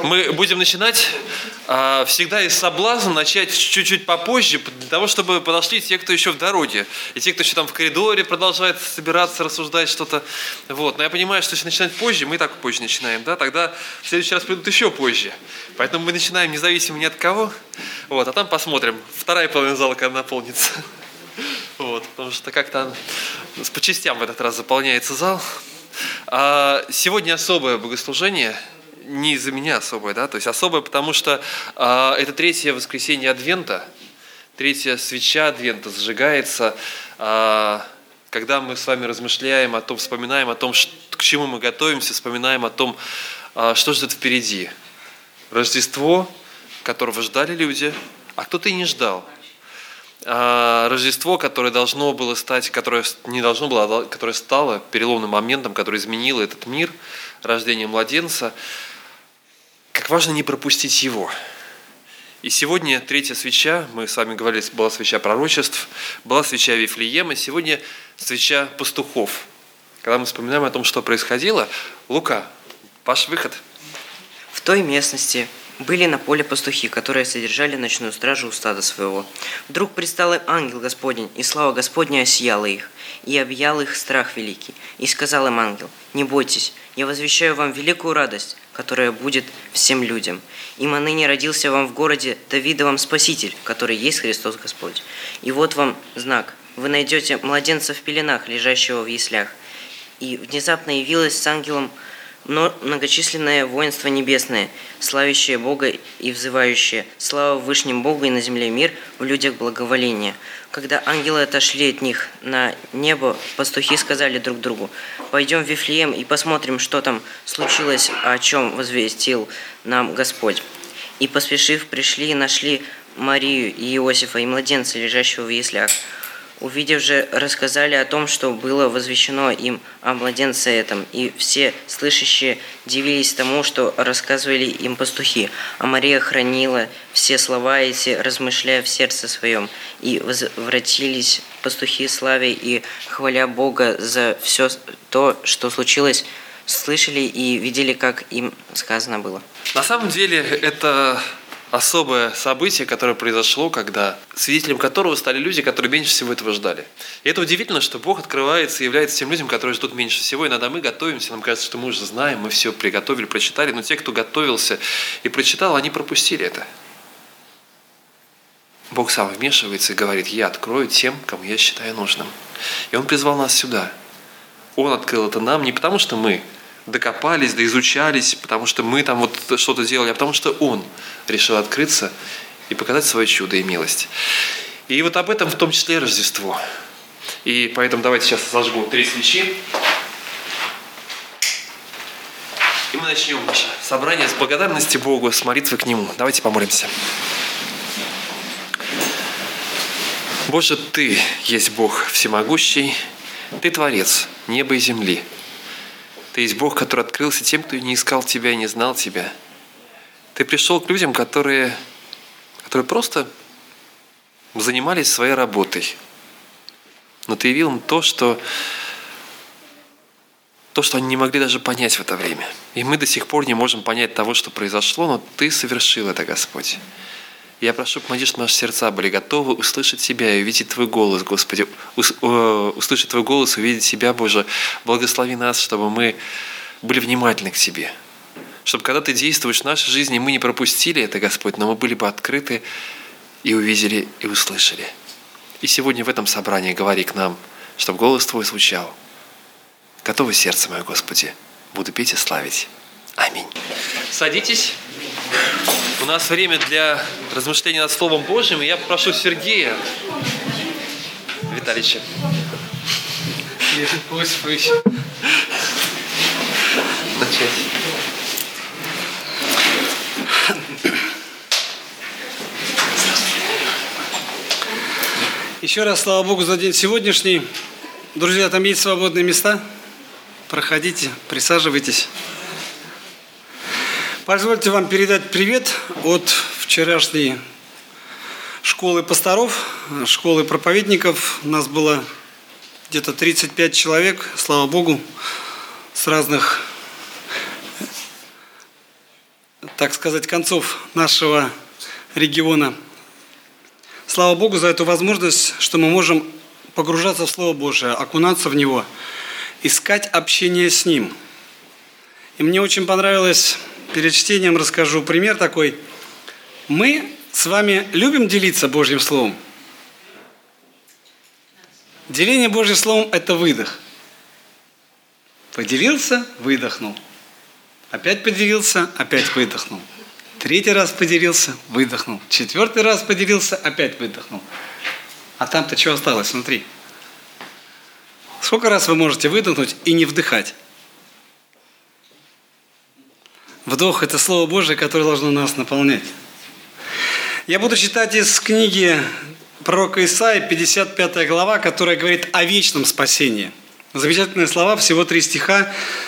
Мы будем начинать. Всегда есть соблазн начать чуть-чуть попозже, для того, чтобы подошли те, кто еще в дороге. И те, кто еще там в коридоре продолжает собираться, рассуждать что-то. Вот. Но я понимаю, что если начинать позже, мы и так позже начинаем, да? Тогда в следующий раз придут еще позже. Поэтому мы начинаем независимо ни от кого. Вот. А там посмотрим. Вторая половина зала когда наполнится. Вот. Потому что как-то по частям в этот раз заполняется зал. Сегодня особое богослужение. Не из-за меня особое, да, то есть особое, потому что это третье воскресенье Адвента, третья свеча Адвента зажигается, когда мы с вами размышляем о том, вспоминаем о том, к чему мы готовимся, вспоминаем о том, что ждет впереди. Рождество, которого ждали люди, а кто-то и не ждал. Рождество, которое должно было стать, которое не должно было, которое стало переломным моментом, которое изменило этот мир, рождение младенца. Как важно не пропустить его. И сегодня третья свеча, мы с вами говорили, была свеча пророчеств, была свеча Вифлеема, сегодня свеча пастухов. Когда мы вспоминаем о том, что происходило, Лука, ваш выход. В той местности были на поле пастухи, которые содержали ночную стражу у стада своего. Вдруг предстал им ангел Господень, и слава Господня осияла их, и объял их страх великий. И сказал им ангел: «Не бойтесь, я возвещаю вам великую радость, которая будет всем людям. Ибо ныне родился вам в городе Давидовом Спаситель, который есть Христос Господь. И вот вам знак: вы найдете младенца в пеленах, лежащего в яслях». И внезапно явилось с ангелом многочисленное воинство небесное, славящее Бога и взывающее: «Слава Вышнему Богу и на земле мир, в людях благоволение». Когда ангелы отошли от них на небо, пастухи сказали друг другу: «Пойдем в Вифлеем и посмотрим, что там случилось, о чем возвестил нам Господь». И, поспешив, пришли и нашли Марию и Иосифа и младенца, лежащего в яслях. Увидев же, рассказали о том, что было возвещено им о младенце этом, и все слышащие дивились тому, что рассказывали им пастухи. А Мария хранила все слова эти, размышляя в сердце своем, и возвратились пастухи славя и хваля Бога за все то, что случилось, слышали и видели, как им сказано было. На самом деле это особое событие, которое произошло, когда свидетелем которого стали люди, которые меньше всего этого ждали. И это удивительно, что Бог открывается и является тем людям, которые ждут меньше всего. Иногда мы готовимся, нам кажется, что мы уже знаем, мы все приготовили, прочитали, но те, кто готовился и прочитал, они пропустили это. Бог сам вмешивается и говорит: «Я открою тем, кому я считаю нужным». И Он призвал нас сюда. Он открыл это нам не потому, что мы докопались, доизучались, потому что мы там вот что-то делали, а потому что Он решил открыться и показать свое чудо и милость. И вот об этом в том числе Рождество. И поэтому давайте сейчас зажгу 3 свечи. И мы начнем наше собрание с благодарности Богу, с молитвы к Нему. Давайте помолимся. Боже, Ты есть Бог всемогущий, Ты Творец неба и земли. Ты есть Бог, который открылся тем, кто не искал Тебя и не знал Тебя. Ты пришел к людям, которые просто занимались своей работой. Но Ты явил им то, что они не могли даже понять в это время. И мы до сих пор не можем понять того, что произошло, но Ты совершил это, Господь. Я прошу, помоги, чтобы наши сердца были готовы услышать Тебя и увидеть Твой голос, Господи. Услышать Твой голос, увидеть Тебя, Боже. Благослови нас, чтобы мы были внимательны к Тебе. Чтобы, когда Ты действуешь в нашей жизни, мы не пропустили это, Господь, но мы были бы открыты и увидели, и услышали. И сегодня в этом собрании говори к нам, чтобы голос Твой звучал. Готово сердце мое, Господи. Буду петь и славить. Аминь. Садитесь. У нас время для размышления над Словом Божьим, и я попрошу Сергея Витальевича. Начать. Еще раз слава Богу за день сегодняшний. Друзья, там есть свободные места. Проходите, присаживайтесь. Позвольте вам передать привет от вчерашней школы пасторов, школы проповедников. У нас было где-то 35 человек, слава Богу, с разных так сказать, концов нашего региона. Слава Богу за эту возможность, что мы можем погружаться в Слово Божие, окунаться в него, искать общение с Ним. И мне очень понравилось, перед чтением расскажу пример такой. Мы с вами любим делиться Божьим Словом. Деление Божьим Словом – это выдох. Поделился – выдохнул. Опять поделился – опять выдохнул. Третий раз поделился – выдохнул. Четвертый раз поделился – опять выдохнул. А там-то что осталось внутри? Сколько раз вы можете выдохнуть и не вдыхать? Вдох – это Слово Божие, которое должно нас наполнять. Я буду читать из книги пророка Исаии, 55 глава, которая говорит о вечном спасении. Замечательные слова, всего 3 стиха.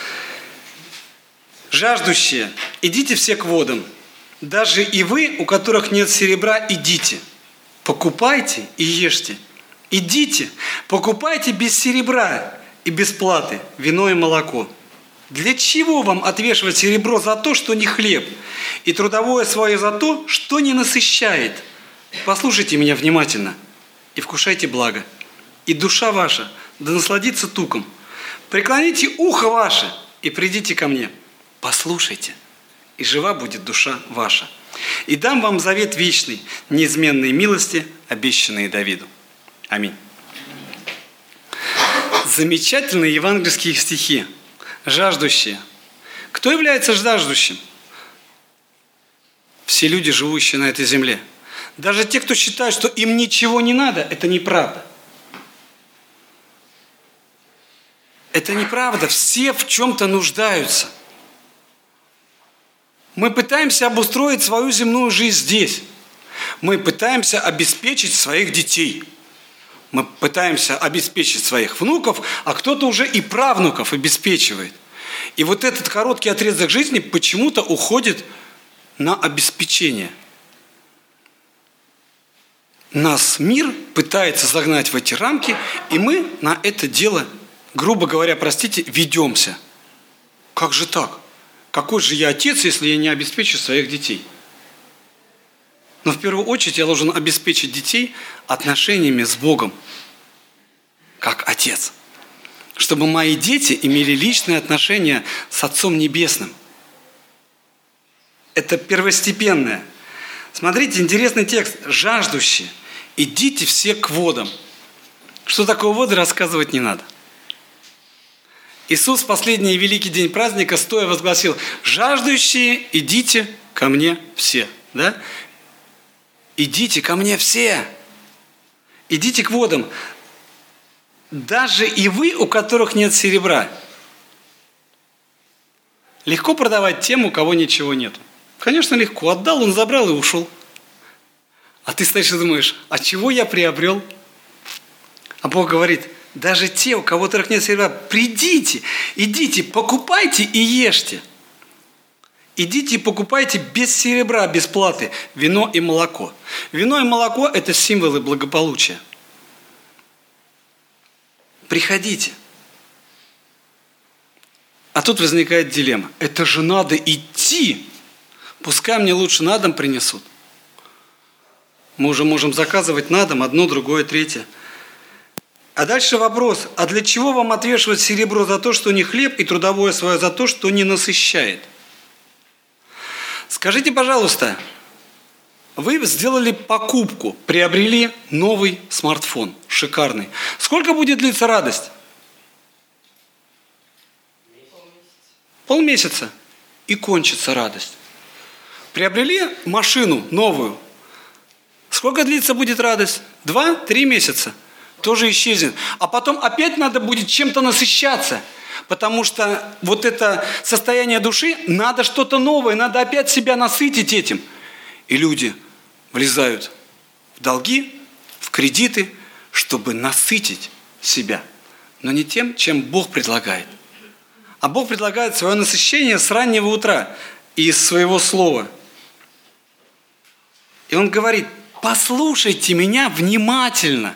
«Жаждущие, идите все к водам, даже и вы, у которых нет серебра, идите, покупайте и ешьте. Идите, покупайте без серебра и без платы вино и молоко. Для чего вам отвешивать серебро за то, что не хлеб, и трудовое свое за то, что не насыщает? Послушайте меня внимательно и вкушайте благо, и душа ваша да насладится туком. Преклоните ухо ваше и придите ко мне. Послушайте, и жива будет душа ваша. И дам вам завет вечный, неизменные милости, обещанные Давиду». Аминь. Замечательные евангельские стихи. Жаждущие. Кто является жаждущим? Все люди, живущие на этой земле. Даже те, кто считает, что им ничего не надо, это неправда. Это неправда. Все в чем-то нуждаются. Мы пытаемся обустроить свою земную жизнь здесь. Мы пытаемся обеспечить своих детей. Мы пытаемся обеспечить своих внуков, а кто-то уже и правнуков обеспечивает. И вот этот короткий отрезок жизни почему-то уходит на обеспечение. Нас мир пытается загнать в эти рамки, и мы на это дело, грубо говоря, простите, ведемся. Как же так? Какой же я отец, если я не обеспечу своих детей? Но в первую очередь я должен обеспечить детей отношениями с Богом, как отец. Чтобы мои дети имели личные отношения с Отцом Небесным. Это первостепенное. Смотрите, интересный текст. «Жаждущие, идите все к водам». Что такое воды, рассказывать не надо. Иисус в последний великий день праздника стоя возгласил: «Жаждущие, идите ко мне все». Да? Идите ко мне все. Идите к водам. Даже и вы, у которых нет серебра. Легко продавать тем, у кого ничего нет. Конечно, легко. Отдал, он забрал и ушел. А ты стоишь и думаешь: а чего я приобрел? А Бог говорит: даже те, у кого нет серебра, придите, идите, покупайте и ешьте. Идите и покупайте без серебра, без платы вино и молоко. Вино и молоко – это символы благополучия. Приходите. А тут возникает дилемма. Это же надо идти. Пускай мне лучше на дом принесут. Мы уже можем заказывать на дом одно, другое, третье. А дальше вопрос. А для чего вам отвешивать серебро за то, что не хлеб, и трудовое свое за то, что не насыщает? Скажите, пожалуйста, вы сделали покупку, приобрели новый смартфон, шикарный. Сколько будет длиться радость? Полмесяца. И кончится радость. Приобрели машину новую. Сколько длится будет радость? 2-3 месяца. Тоже исчезнет. А потом опять надо будет чем-то насыщаться. Потому что вот это состояние души, надо что-то новое, надо опять себя насытить этим. И люди влезают в долги, в кредиты, чтобы насытить себя. Но не тем, чем Бог предлагает. А Бог предлагает свое насыщение с раннего утра из своего слова. И Он говорит: послушайте меня внимательно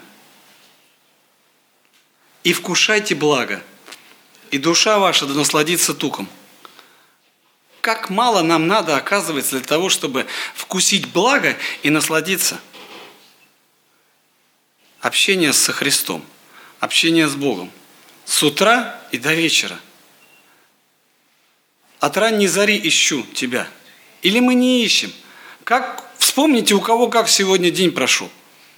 и вкушайте благо. И душа ваша да насладится туком. Как мало нам надо, оказывается, для того, чтобы вкусить благо и насладиться. Общение со Христом, общение с Богом. С утра и до вечера. От ранней зари ищу тебя. Или мы не ищем? Вспомните, у кого как сегодня день прошел.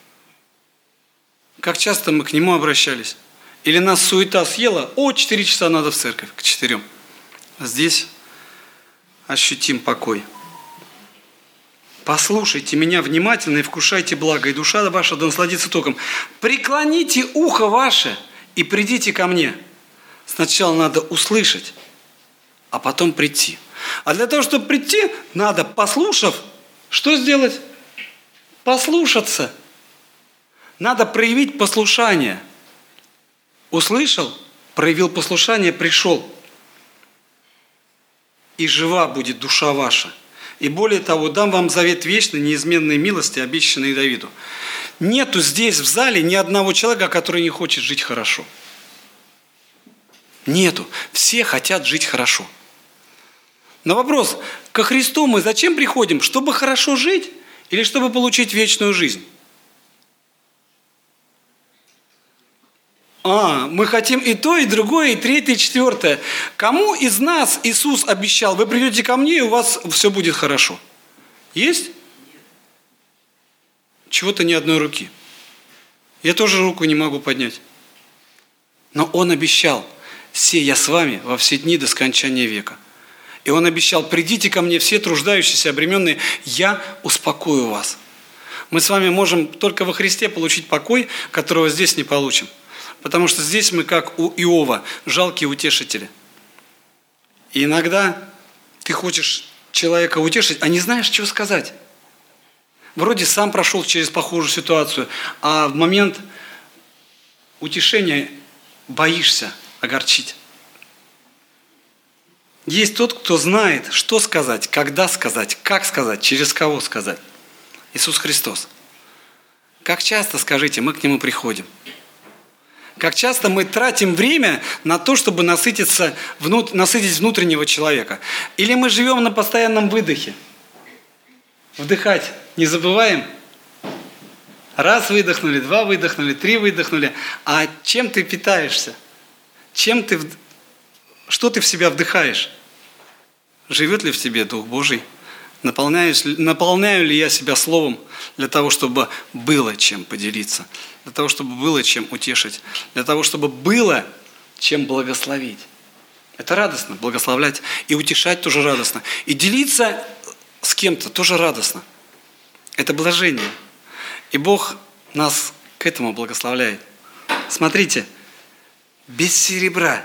Как часто мы к нему обращались. Или нас суета съела, 4 часа надо в церковь, к 4. Здесь ощутим покой. Послушайте меня внимательно и вкушайте благо, и душа ваша да насладится током. Преклоните ухо ваше и придите ко мне. Сначала надо услышать, а потом прийти. А для того, чтобы прийти, надо, послушав, что сделать? Послушаться. Надо проявить послушание. Услышал, проявил послушание, пришел. И жива будет душа ваша. И более того, дам вам завет вечной, неизменной милости, обещанной Давиду. Нету здесь в зале ни одного человека, который не хочет жить хорошо. Нету. Все хотят жить хорошо. Но вопрос, ко Христу мы зачем приходим? Чтобы хорошо жить или чтобы получить вечную жизнь? Мы хотим и то, и другое, и третье, и четвертое. Кому из нас Иисус обещал, вы придете ко мне, и у вас все будет хорошо? Есть? Чего-то ни одной руки. Я тоже руку не могу поднять. Но Он обещал, «Се я с вами во все дни до скончания века». И Он обещал, придите ко мне все труждающиеся, обремененные, я успокою вас. Мы с вами можем только во Христе получить покой, которого здесь не получим. Потому что здесь мы, как у Иова, жалкие утешители. И иногда ты хочешь человека утешить, а не знаешь, что сказать. Вроде сам прошел через похожую ситуацию, а в момент утешения боишься огорчить. Есть тот, кто знает, что сказать, когда сказать, как сказать, через кого сказать. Иисус Христос. Как часто, скажите, мы к Нему приходим? Как часто мы тратим время на то, чтобы насытить внутреннего человека? Или мы живем на постоянном выдохе? Вдыхать не забываем? Раз выдохнули, 2 выдохнули, 3 выдохнули. А чем ты питаешься? Что ты в себя вдыхаешь? Живет ли в тебе Дух Божий? Наполняю ли я себя Словом для того, чтобы было чем поделиться, для того, чтобы было чем утешить, для того, чтобы было чем благословить? Это радостно, благословлять и утешать тоже радостно. И делиться с кем-то тоже радостно. Это блажение. И Бог нас к этому благословляет. Смотрите, без серебра.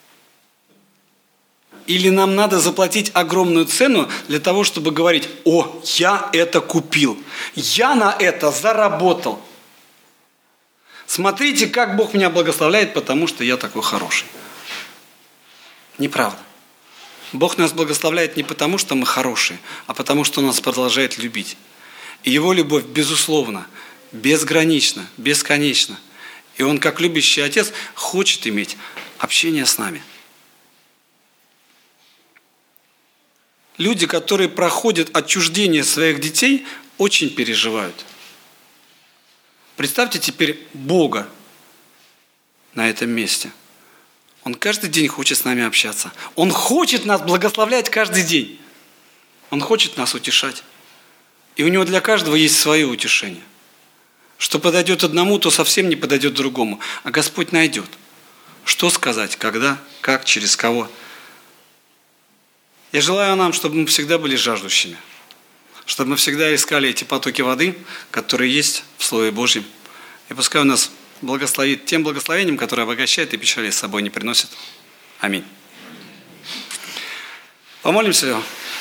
Или нам надо заплатить огромную цену для того, чтобы говорить: «О, я это купил, я на это заработал. Смотрите, как Бог меня благословляет, потому что я такой хороший». Неправда. Бог нас благословляет не потому, что мы хорошие, а потому, что Он нас продолжает любить. И Его любовь, безусловно, безгранична, бесконечна. И Он, как любящий Отец, хочет иметь общение с нами. Люди, которые проходят отчуждение своих детей, очень переживают. Представьте теперь Бога на этом месте. Он каждый день хочет с нами общаться. Он хочет нас благословлять каждый день. Он хочет нас утешать. И у Него для каждого есть свое утешение. Что подойдет одному, то совсем не подойдет другому. А Господь найдет. Что сказать, когда, как, через кого. Я желаю нам, чтобы мы всегда были жаждущими, чтобы мы всегда искали эти потоки воды, которые есть в Слове Божьем. И пускай Он нас благословит тем благословением, которое обогащает и печали с собой не приносит. Аминь. Помолимся.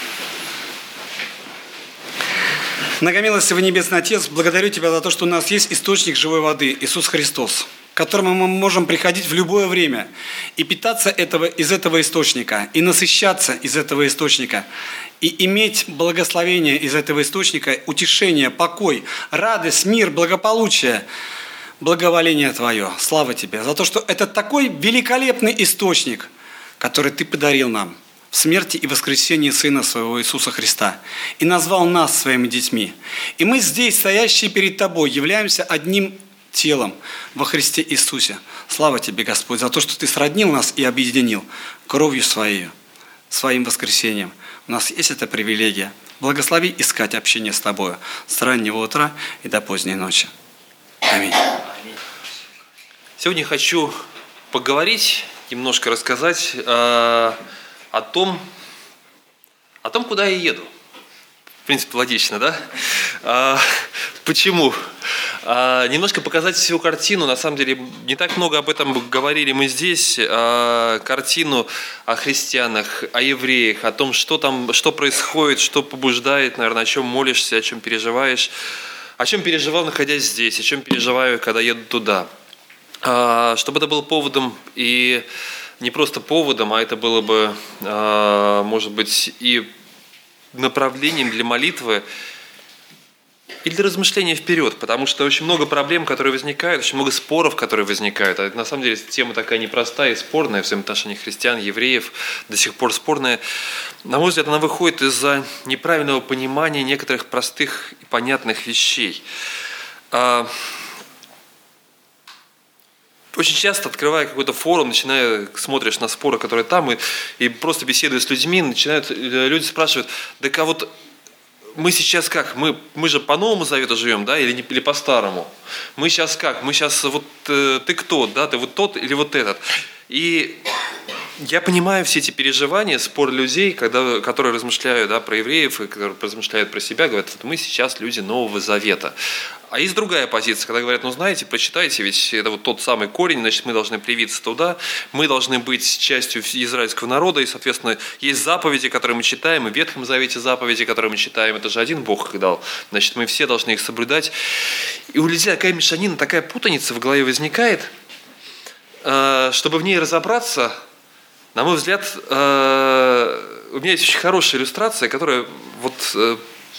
Многомилостивый Небесный Отец, благодарю Тебя за то, что у нас есть источник живой воды, Иисус Христос, к которому мы можем приходить в любое время и питаться из этого источника, и насыщаться из этого источника, и иметь благословение из этого источника, утешение, покой, радость, мир, благополучие, благоволение Твое. Слава Тебе за то, что это такой великолепный источник, который Ты подарил нам в смерти и воскресении Сына Своего Иисуса Христа и назвал нас своими детьми. И мы здесь, стоящие перед Тобой, являемся одним телом во Христе Иисусе. Слава Тебе, Господь, за то, что Ты сроднил нас и объединил кровью Своей, Своим воскресением. У нас есть эта привилегия. Благослови искать общение с Тобою с раннего утра и до поздней ночи. Аминь. Сегодня хочу поговорить, немножко рассказать о том, куда я еду. В принципе, логично, да? Почему? Немножко показать всю картину. На самом деле, не так много об этом говорили мы здесь. Картину о христианах, о евреях, о том, что там, что происходит, что побуждает, наверное, о чем молишься, о чем переживаешь. О чем переживал, находясь здесь, о чем переживаю, когда еду туда. Чтобы это было поводом, и не просто поводом, а это было бы, может быть, и направлением для молитвы и для размышления вперед, потому что очень много проблем, которые возникают, очень много споров, которые возникают. А на самом деле тема такая непростая и спорная в взаимоотношениях христиан, евреев, до сих пор спорная. На мой взгляд, она выходит из-за неправильного понимания некоторых простых и понятных вещей. Очень часто, открывая какой-то форум, смотришь на споры, которые там, и просто беседуя с людьми, люди спрашивают, так а вот мы сейчас как? Мы же по Новому Завету живем, да, или по Старому? Мы сейчас как? Мы сейчас вот ты кто, да, ты вот тот или вот этот? И я понимаю все эти переживания, спор людей, которые размышляют, да, про евреев, и которые размышляют про себя, говорят, вот мы сейчас люди Нового Завета. А есть другая позиция, когда говорят, ну знаете, прочитайте, ведь это вот тот самый корень, значит, мы должны привиться туда, мы должны быть частью израильского народа, и, соответственно, есть заповеди, которые мы читаем, и в Ветхом Завете заповеди, которые мы читаем, это же один Бог их дал, значит, мы все должны их соблюдать. И у людей такая мешанина, такая путаница в голове возникает, чтобы в ней разобраться. На мой взгляд, у меня есть очень хорошая иллюстрация, которая вот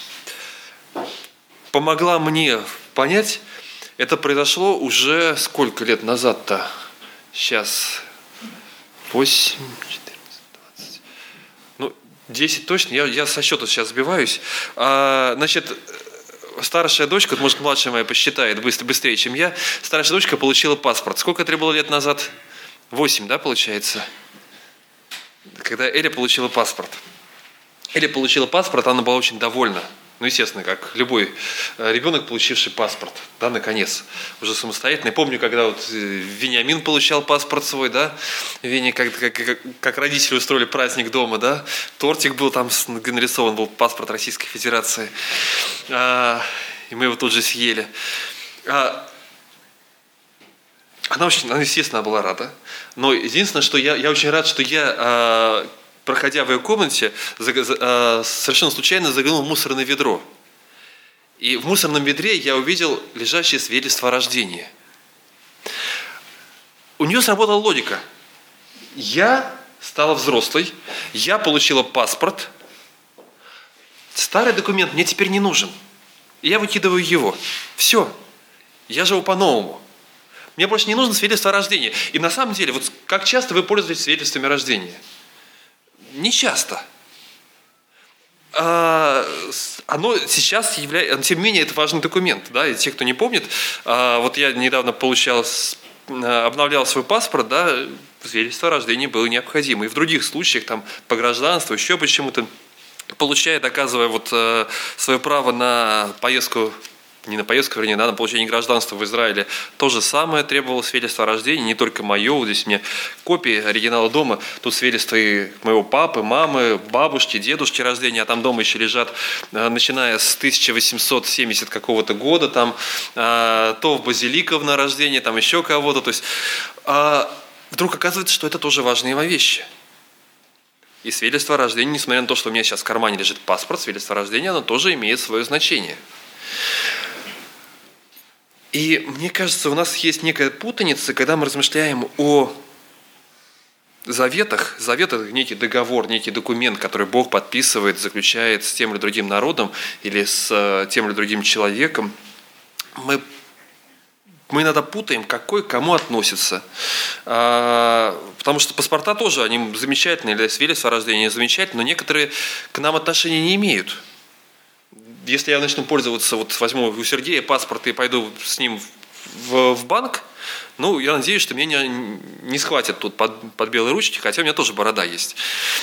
помогла мне понять. Это произошло уже сколько лет назад-то? Сейчас 8, 14, 20. 10 точно. Я со счета сейчас сбиваюсь. Значит, старшая дочка, может, младшая моя посчитает быстрее, чем я. Старшая дочка получила паспорт. Сколько это было лет назад? 8, да, получается? Когда Эля получила паспорт. Эля получила паспорт, она была очень довольна. Ну, естественно, как любой ребенок, получивший паспорт, да, наконец, уже самостоятельно. Я помню, когда вот Вениамин получал паспорт свой, да, Веня, как родители устроили праздник дома, да, тортик был там нарисован, был паспорт Российской Федерации, и мы его тут же съели. Она, естественно, была рада, но единственное, что я очень рад, что я, проходя в ее комнате, совершенно случайно заглянул в мусорное ведро. И в мусорном ведре я увидел лежащее свидетельство о рождении. У нее сработала логика. Я стала взрослой, я получила паспорт, старый документ мне теперь не нужен. И я выкидываю его. Все, я живу по-новому. Мне больше не нужно свидетельство о рождении. И на самом деле, вот как часто вы пользуетесь свидетельствами о рождении? Не часто. Оно сейчас является, тем не менее, это важный документ. Да? И те, кто не помнит, вот я недавно обновлял свой паспорт, да, свидетельство о рождении было необходимо. И в других случаях, там, по гражданству, еще почему-то, получая, доказывая вот свое право на поездку, не на поездку, вернее, да, на получение гражданства в Израиле, то же самое требовало свидетельство о рождении, не только мое, вот здесь у меня копии оригинала дома, тут свидетельства и моего папы, мамы, бабушки, дедушки рождения, а там дома еще лежат, начиная с 1870 какого-то года, там, то в Базиликов на рождение, там еще кого-то, то есть вдруг оказывается, что это тоже важные вещи. И свидетельство о рождении, несмотря на то, что у меня сейчас в кармане лежит паспорт, свидетельство о рождении, оно тоже имеет свое значение. И мне кажется, у нас есть некая путаница, когда мы размышляем о заветах. Завет – это некий договор, некий документ, который Бог подписывает, заключает с тем или другим народом или с тем или другим человеком. Мы Мы иногда путаем, какой к кому относится. Потому что паспорта тоже, они замечательные, или свидетельство о рождении замечательные, но некоторые к нам отношения не имеют. Если я начну пользоваться, вот возьму у Сергея паспорт и пойду с ним в банк, ну, я надеюсь, что меня не схватят тут под белые ручки, хотя у меня тоже борода есть.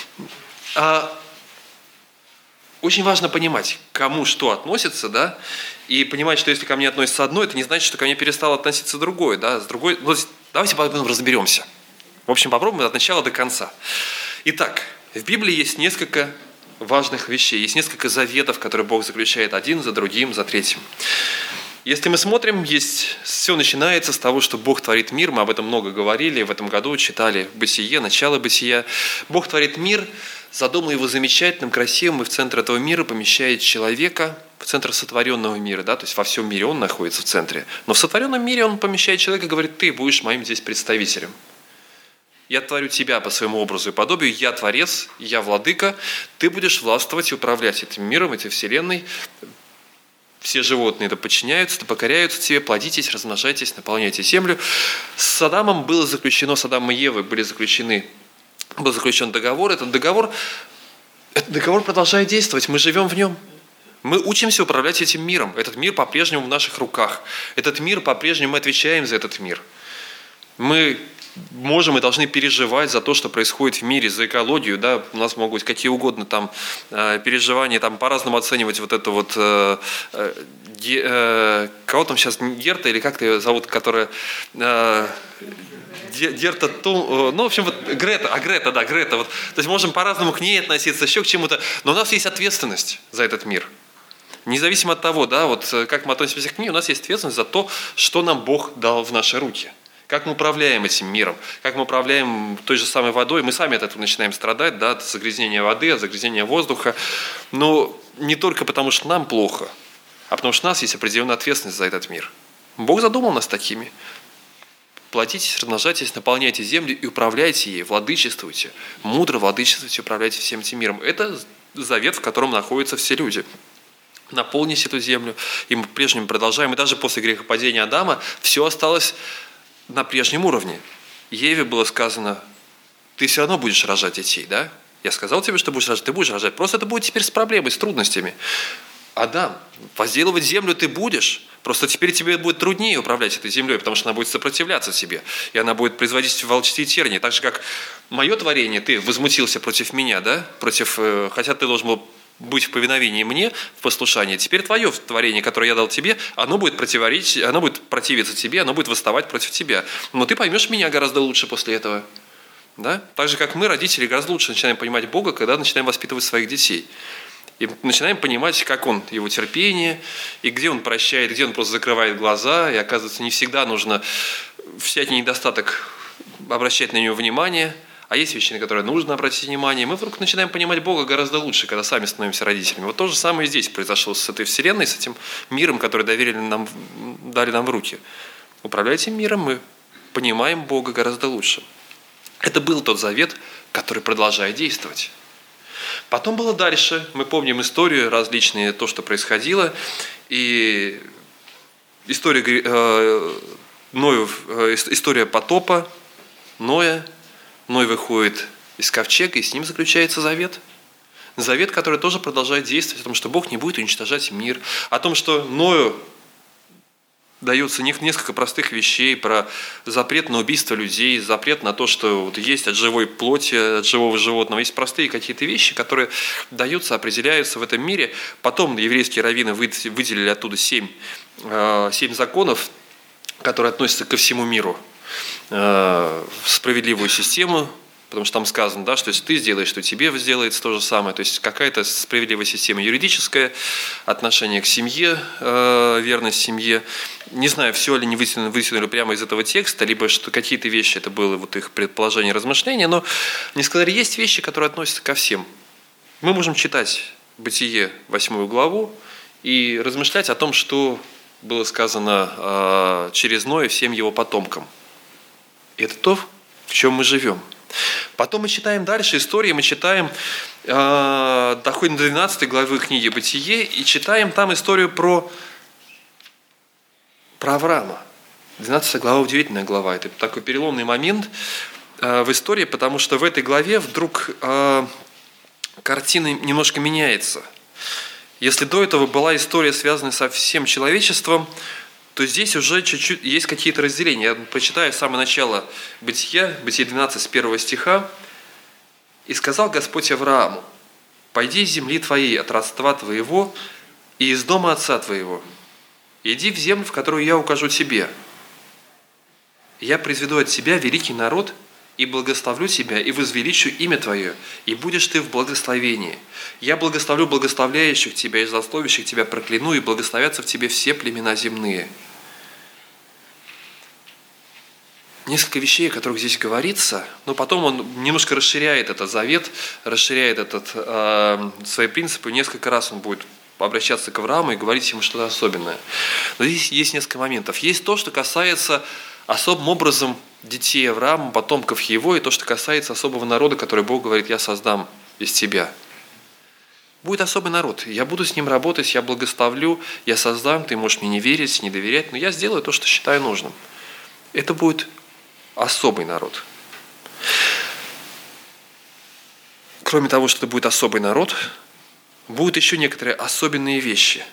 Очень важно понимать, к кому что относится, да, и понимать, что если ко мне относится одно, это не значит, что ко мне перестало относиться другое, да, с другой. Ну, давайте потом разберемся. В общем, попробуем от начала до конца. Итак, в Библии есть несколько важных вещей, есть несколько заветов, которые Бог заключает один за другим, за третьим. Если мы смотрим, все начинается с того, что Бог творит мир, мы об этом много говорили, в этом году читали Бытие, начало Бытия. Бог творит мир, задумал его замечательным, красивым, и в центр этого мира помещает человека, в центр сотворенного мира, да, то есть во всем мире он находится в центре. Но в сотворенном мире он помещает человека и говорит: ты будешь моим здесь представителем. Я творю тебя по своему образу и подобию, я творец, я владыка, ты будешь властвовать и управлять этим миром, этой вселенной. Все животные это подчиняются, это покоряются тебе, плодитесь, размножайтесь, наполняйте землю. С Адамом было заключено, с Адамом и Евой был заключен договор. Этот договор продолжает действовать, мы живем в нем. Мы учимся управлять этим миром. Этот мир по-прежнему в наших руках. Этот мир по-прежнему мы отвечаем за этот мир. Мы можем и должны переживать за то, что происходит в мире, за экологию, да, у нас могут быть какие угодно там переживания, там по-разному оценивать вот это вот, кого там сейчас, Герта или как ее зовут, которая, Герта, ну, в общем, вот Грета, вот, то есть можем по-разному к ней относиться, еще к чему-то, но у нас есть ответственность за этот мир. Независимо от того, да, вот как мы относимся к ней, у нас есть ответственность за то, что нам Бог дал в наши руки. Как мы управляем этим миром, как мы управляем той же самой водой. Мы сами от этого начинаем страдать, да, от загрязнения воды, от загрязнения воздуха. Но не только потому, что нам плохо, а потому что у нас есть определенная ответственность за этот мир. Бог задумал нас такими. Плодитесь, размножайтесь, наполняйте землю и управляйте ей, владычествуйте. Мудро владычествуйте, управляйте всем этим миром. Это завет, в котором находятся все люди. Наполните эту землю, и мы по-прежнему продолжаем. И даже после грехопадения Адама все осталось на прежнем уровне. Еве было сказано: ты все равно будешь рожать детей, да? Я сказал тебе, что будешь рожать, ты будешь рожать. Просто это будет теперь с проблемой, с трудностями. Адам, возделывать землю ты будешь. Просто теперь тебе будет труднее управлять этой землей, потому что она будет сопротивляться тебе. И она будет производить волчьи тернии. Так же, как мое творение, ты возмутился против меня, да? Хотя ты должен был быть в повиновении мне, в послушании. Теперь твое творение, которое я дал тебе, оно будет противиться тебе, оно будет восставать против тебя. Но ты поймешь меня гораздо лучше после этого. Да? Так же, как мы, родители, гораздо лучше начинаем понимать Бога, когда начинаем воспитывать своих детей. И начинаем понимать, как Он, Его терпение, и где Он прощает, где Он просто закрывает глаза. И оказывается, не всегда нужно всякий недостаток обращать на него внимание. А есть вещи, на которые нужно обратить внимание. И мы вдруг начинаем понимать Бога гораздо лучше, когда сами становимся родителями. Вот то же самое здесь произошло с этой вселенной, с этим миром, который дали нам в руки. Управляйте миром, мы понимаем Бога гораздо лучше. Это был тот завет, который продолжает действовать. Потом было дальше. Мы помним историю различные, то, что происходило. И история потопа, Ноя. Ной выходит из ковчега, и с ним заключается завет. Завет, который тоже продолжает действовать, о том, что Бог не будет уничтожать мир, о том, что Ною дается несколько простых вещей про запрет на убийство людей, запрет на то, что вот есть от живой плоти, от живого животного. Есть простые какие-то вещи, которые даются, определяются в этом мире. Потом еврейские раввины выделили оттуда 7 законов, которые относятся ко всему миру. Справедливую систему, потому что там сказано, да, что если ты сделаешь, то тебе сделается то же самое. То есть какая-то справедливая система юридическая, отношение к семье, верность семье. Не знаю, все ли не вытянули прямо из этого текста, либо что какие-то вещи, это было вот их предположение, размышления, но не сказали, есть вещи, которые относятся ко всем. Мы можем читать Бытие 8 главу и размышлять о том, что было сказано через Ноя всем его потомкам. И это то, в чем мы живем. Потом мы читаем дальше истории, мы читаем, доходим до 12 главы книги «Бытие» и читаем там историю про Авраама. 12 глава удивительная глава. Это такой переломный момент в истории, потому что в этой главе вдруг картина немножко меняется. Если до этого была история, связанная со всем человечеством, то здесь уже чуть-чуть есть какие-то разделения. Я прочитаю с самого начала Бытие 12, с 1 стиха. «И сказал Господь Аврааму: пойди из земли твоей, от родства твоего и из дома отца твоего. Иди в землю, в которую я укажу тебе. Я произведу от тебя великий народ, и благословлю тебя, и возвеличу имя твое, и будешь ты в благословении. Я благословлю благословляющих тебя и злословящих тебя прокляну, и благословятся в тебе все племена земные». Несколько вещей, о которых здесь говорится, но потом он немножко расширяет этот завет, расширяет свои принципы. Несколько раз он будет обращаться к Аврааму и говорить ему что-то особенное. Но здесь есть несколько моментов. Есть то, что касается особым образом детей Авраама, потомков его, и то, что касается особого народа, который Бог говорит: «Я создам из тебя». Будет особый народ, я буду с ним работать, я благословлю, я создам, ты можешь мне не верить, не доверять, но я сделаю то, что считаю нужным. Это будет особый народ. Кроме того, что это будет особый народ, будут еще некоторые особенные вещи.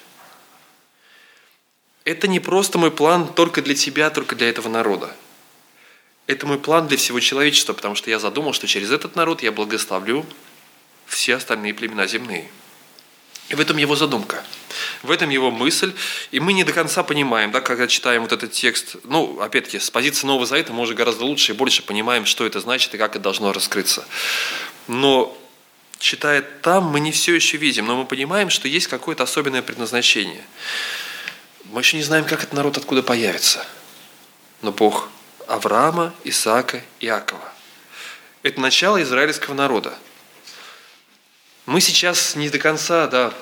Это не просто мой план только для тебя, только для этого народа. Это мой план для всего человечества, потому что я задумал, что через этот народ я благословлю все остальные племена земные. И в этом его задумка, в этом его мысль. И мы не до конца понимаем, да, когда читаем вот этот текст, опять-таки, с позиции Нового Завета мы уже гораздо лучше и больше понимаем, что это значит и как это должно раскрыться. Но читая там, мы не все еще видим, но мы понимаем, что есть какое-то особенное предназначение. Мы еще не знаем, как этот народ откуда появится. Но Бог Авраама, Исаака, Иакова – это начало израильского народа. Мы сейчас не до конца,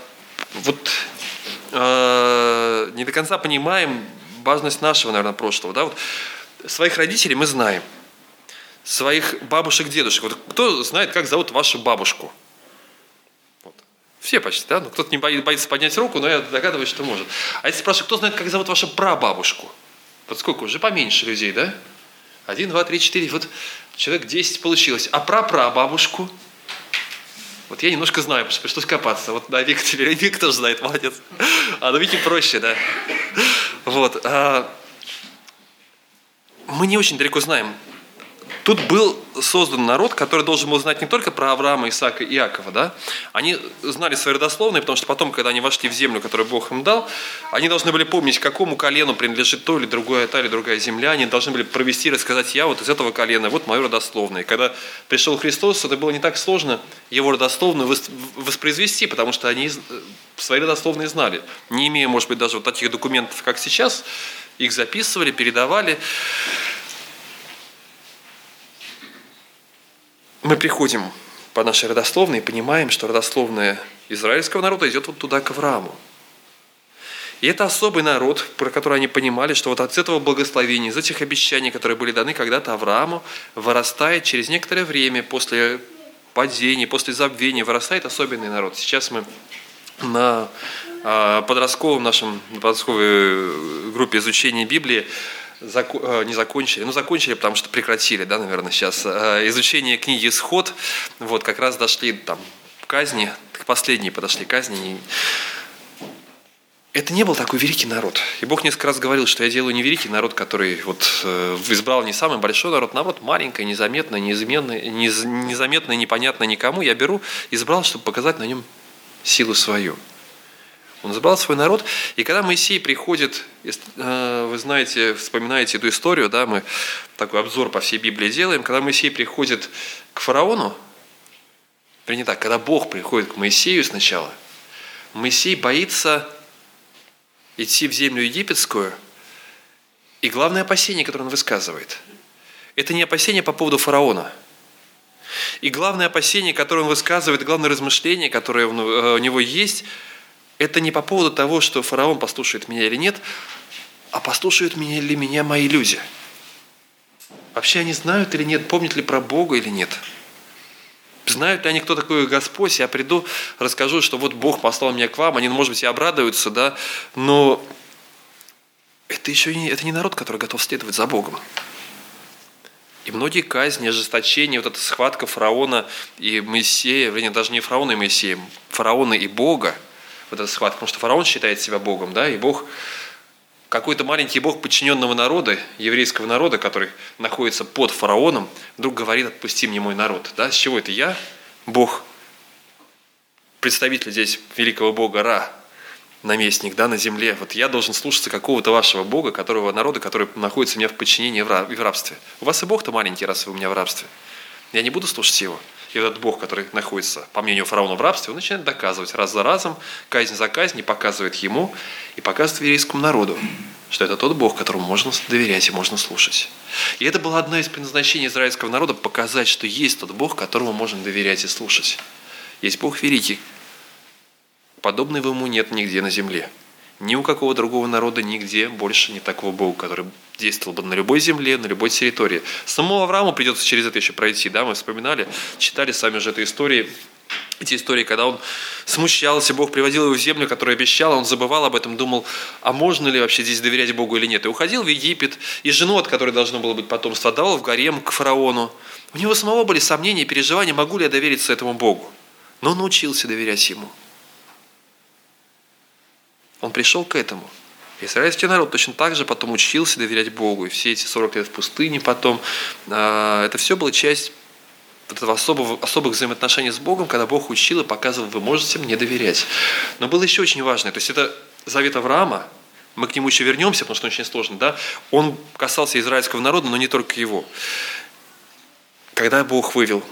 не до конца понимаем важность нашего, наверное, прошлого. Да? Вот своих родителей мы знаем, своих бабушек, дедушек. Вот кто знает, как зовут вашу бабушку? Вот. Все почти, да? Кто-то не боится поднять руку, но я догадываюсь, что может. А если спрашивать, кто знает, как зовут вашу прабабушку? Вот сколько уже поменьше людей, да? 1, 2, 3, 4, вот человек 10 получилось. А прапрабабушку? Вот я немножко знаю, потому что пришлось копаться. Вот, да, Вика тоже знает, молодец. А на Вике проще, да. Вот. Мы не очень далеко знаем. Тут был создан народ, который должен был знать не только про Авраама, Исаака и Иакова, да? Они знали свои родословные, потому что потом, когда они вошли в землю, которую Бог им дал, они должны были помнить, какому колену принадлежит та или другая земля. Они должны были провести, рассказать: я вот из этого колена, вот мое родословное. И когда пришел Христос, это было не так сложно его родословную воспроизвести, потому что они свои родословные знали. Не имея, может быть, даже вот таких документов, как сейчас, их записывали, передавали. Мы приходим по нашей родословной и понимаем, что родословная израильского народа идет вот туда, к Аврааму. И это особый народ, про который они понимали, что вот от этого благословения, из этих обещаний, которые были даны когда-то Аврааму, вырастает через некоторое время, после падения, после забвения, вырастает особенный народ. Сейчас мы на подростковой группе изучения Библии закончили, потому что прекратили, да, наверное, сейчас изучение книги «Исход». Вот, как раз дошли там к казни, к последней подошли к казни. Это не был такой великий народ. И Бог несколько раз говорил, что я делаю не великий народ, который избрал не самый большой народ, наоборот, маленькое, незаметное, непонятное никому. Я избрал, чтобы показать на нем силу свою. Он забрал свой народ, и когда Моисей приходит, вы знаете, вспоминаете эту историю, да, мы такой обзор по всей Библии делаем, когда Моисей приходит к фараону, вернее так, когда Бог приходит к Моисею сначала, Моисей боится идти в землю египетскую, и главное опасение, которое он высказывает, это не опасение по поводу фараона. И главное опасение, которое он высказывает, главное размышление, которое у него есть, это не по поводу того, что фараон послушает меня или нет, а послушают меня ли меня мои люди. Вообще они знают или нет, помнят ли про Бога или нет. Знают ли они, кто такой Господь? Я приду, расскажу, что вот Бог послал меня к вам. Они, может быть, и обрадуются, да, но это еще это не народ, который готов следовать за Богом. И многие казни, ожесточения, вот эта схватка фараона и Моисея, вернее, даже не фараона и Моисея, фараона и Бога, вот эта схватка, потому что фараон считает себя Богом, да, и Бог, какой-то маленький Бог подчиненного народа, еврейского народа, который находится под фараоном, вдруг говорит: отпусти мне мой народ. Да? С чего это я, Бог, представитель здесь великого Бога Ра, наместник, да, на земле, вот я должен слушаться какого-то вашего Бога, которого народа, который находится у меня в подчинении и в рабстве. У вас и Бог-то маленький, раз вы у меня в рабстве. Я не буду слушать его. И вот этот Бог, который находится, по мнению фараона, в рабстве, он начинает доказывать раз за разом, казнь за казнью, показывает ему и показывает еврейскому народу, что это тот Бог, которому можно доверять и можно слушать. И это было одно из предназначений израильского народа – показать, что есть тот Бог, которому можно доверять и слушать. Есть Бог великий. Подобного ему нет нигде на земле. Ни у какого другого народа нигде больше нет такого Бога, который действовал бы на любой земле, на любой территории. Самому Аврааму придется через это еще пройти. Да? Мы вспоминали, читали сами уже эти истории, когда он смущался, Бог приводил его в землю, которую обещал, он забывал об этом, думал, а можно ли вообще здесь доверять Богу или нет. И уходил в Египет, и жену, от которой должно было быть потомство, отдавал в гарем к фараону. У него самого были сомнения и переживания, могу ли я довериться этому Богу. Но он научился доверять ему. Он пришел к этому. Израильский народ точно так же потом учился доверять Богу. И все эти 40 лет в пустыне потом, это все было часть этого особых взаимоотношений с Богом, когда Бог учил и показывал: вы можете мне доверять. Но было еще очень важно, то есть это завет Авраама, мы к нему еще вернемся, потому что он очень сложный, да? Он касался израильского народа, но не только его. Когда Бог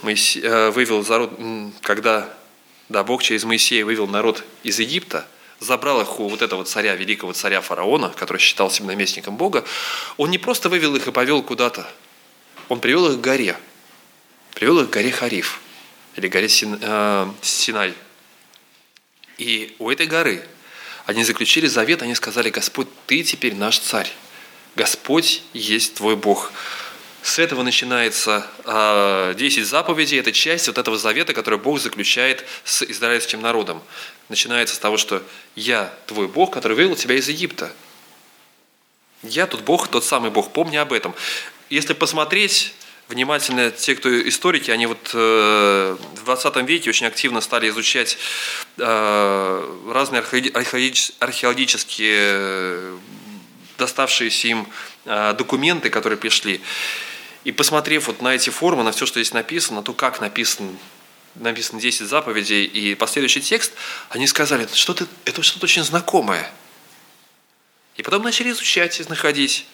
Бог через Моисея вывел народ из Египта, забрал их у вот этого царя, великого царя фараона, который считал себя наместником Бога, он не просто вывел их и повел куда-то, он привел их к горе. Привел их к горе Хариф, или горе Синай. И у этой горы они заключили завет, они сказали: Господь, Ты теперь наш царь. Господь есть Твой Бог. С этого начинается 10 заповедей, это часть вот этого завета, который Бог заключает с израильским народом. Начинается с того, что я твой Бог, который вывел тебя из Египта. Я тот Бог, тот самый Бог, помни об этом. Если посмотреть внимательно, те, кто историки, они вот в 20 веке очень активно стали изучать разные археологические доставшиеся им документы, которые пришли. И посмотрев вот на эти формы, на все, что здесь написано, на то, как написано 10 заповедей и последующий текст, они сказали: это что-то очень знакомое. И потом начали изучать и находить.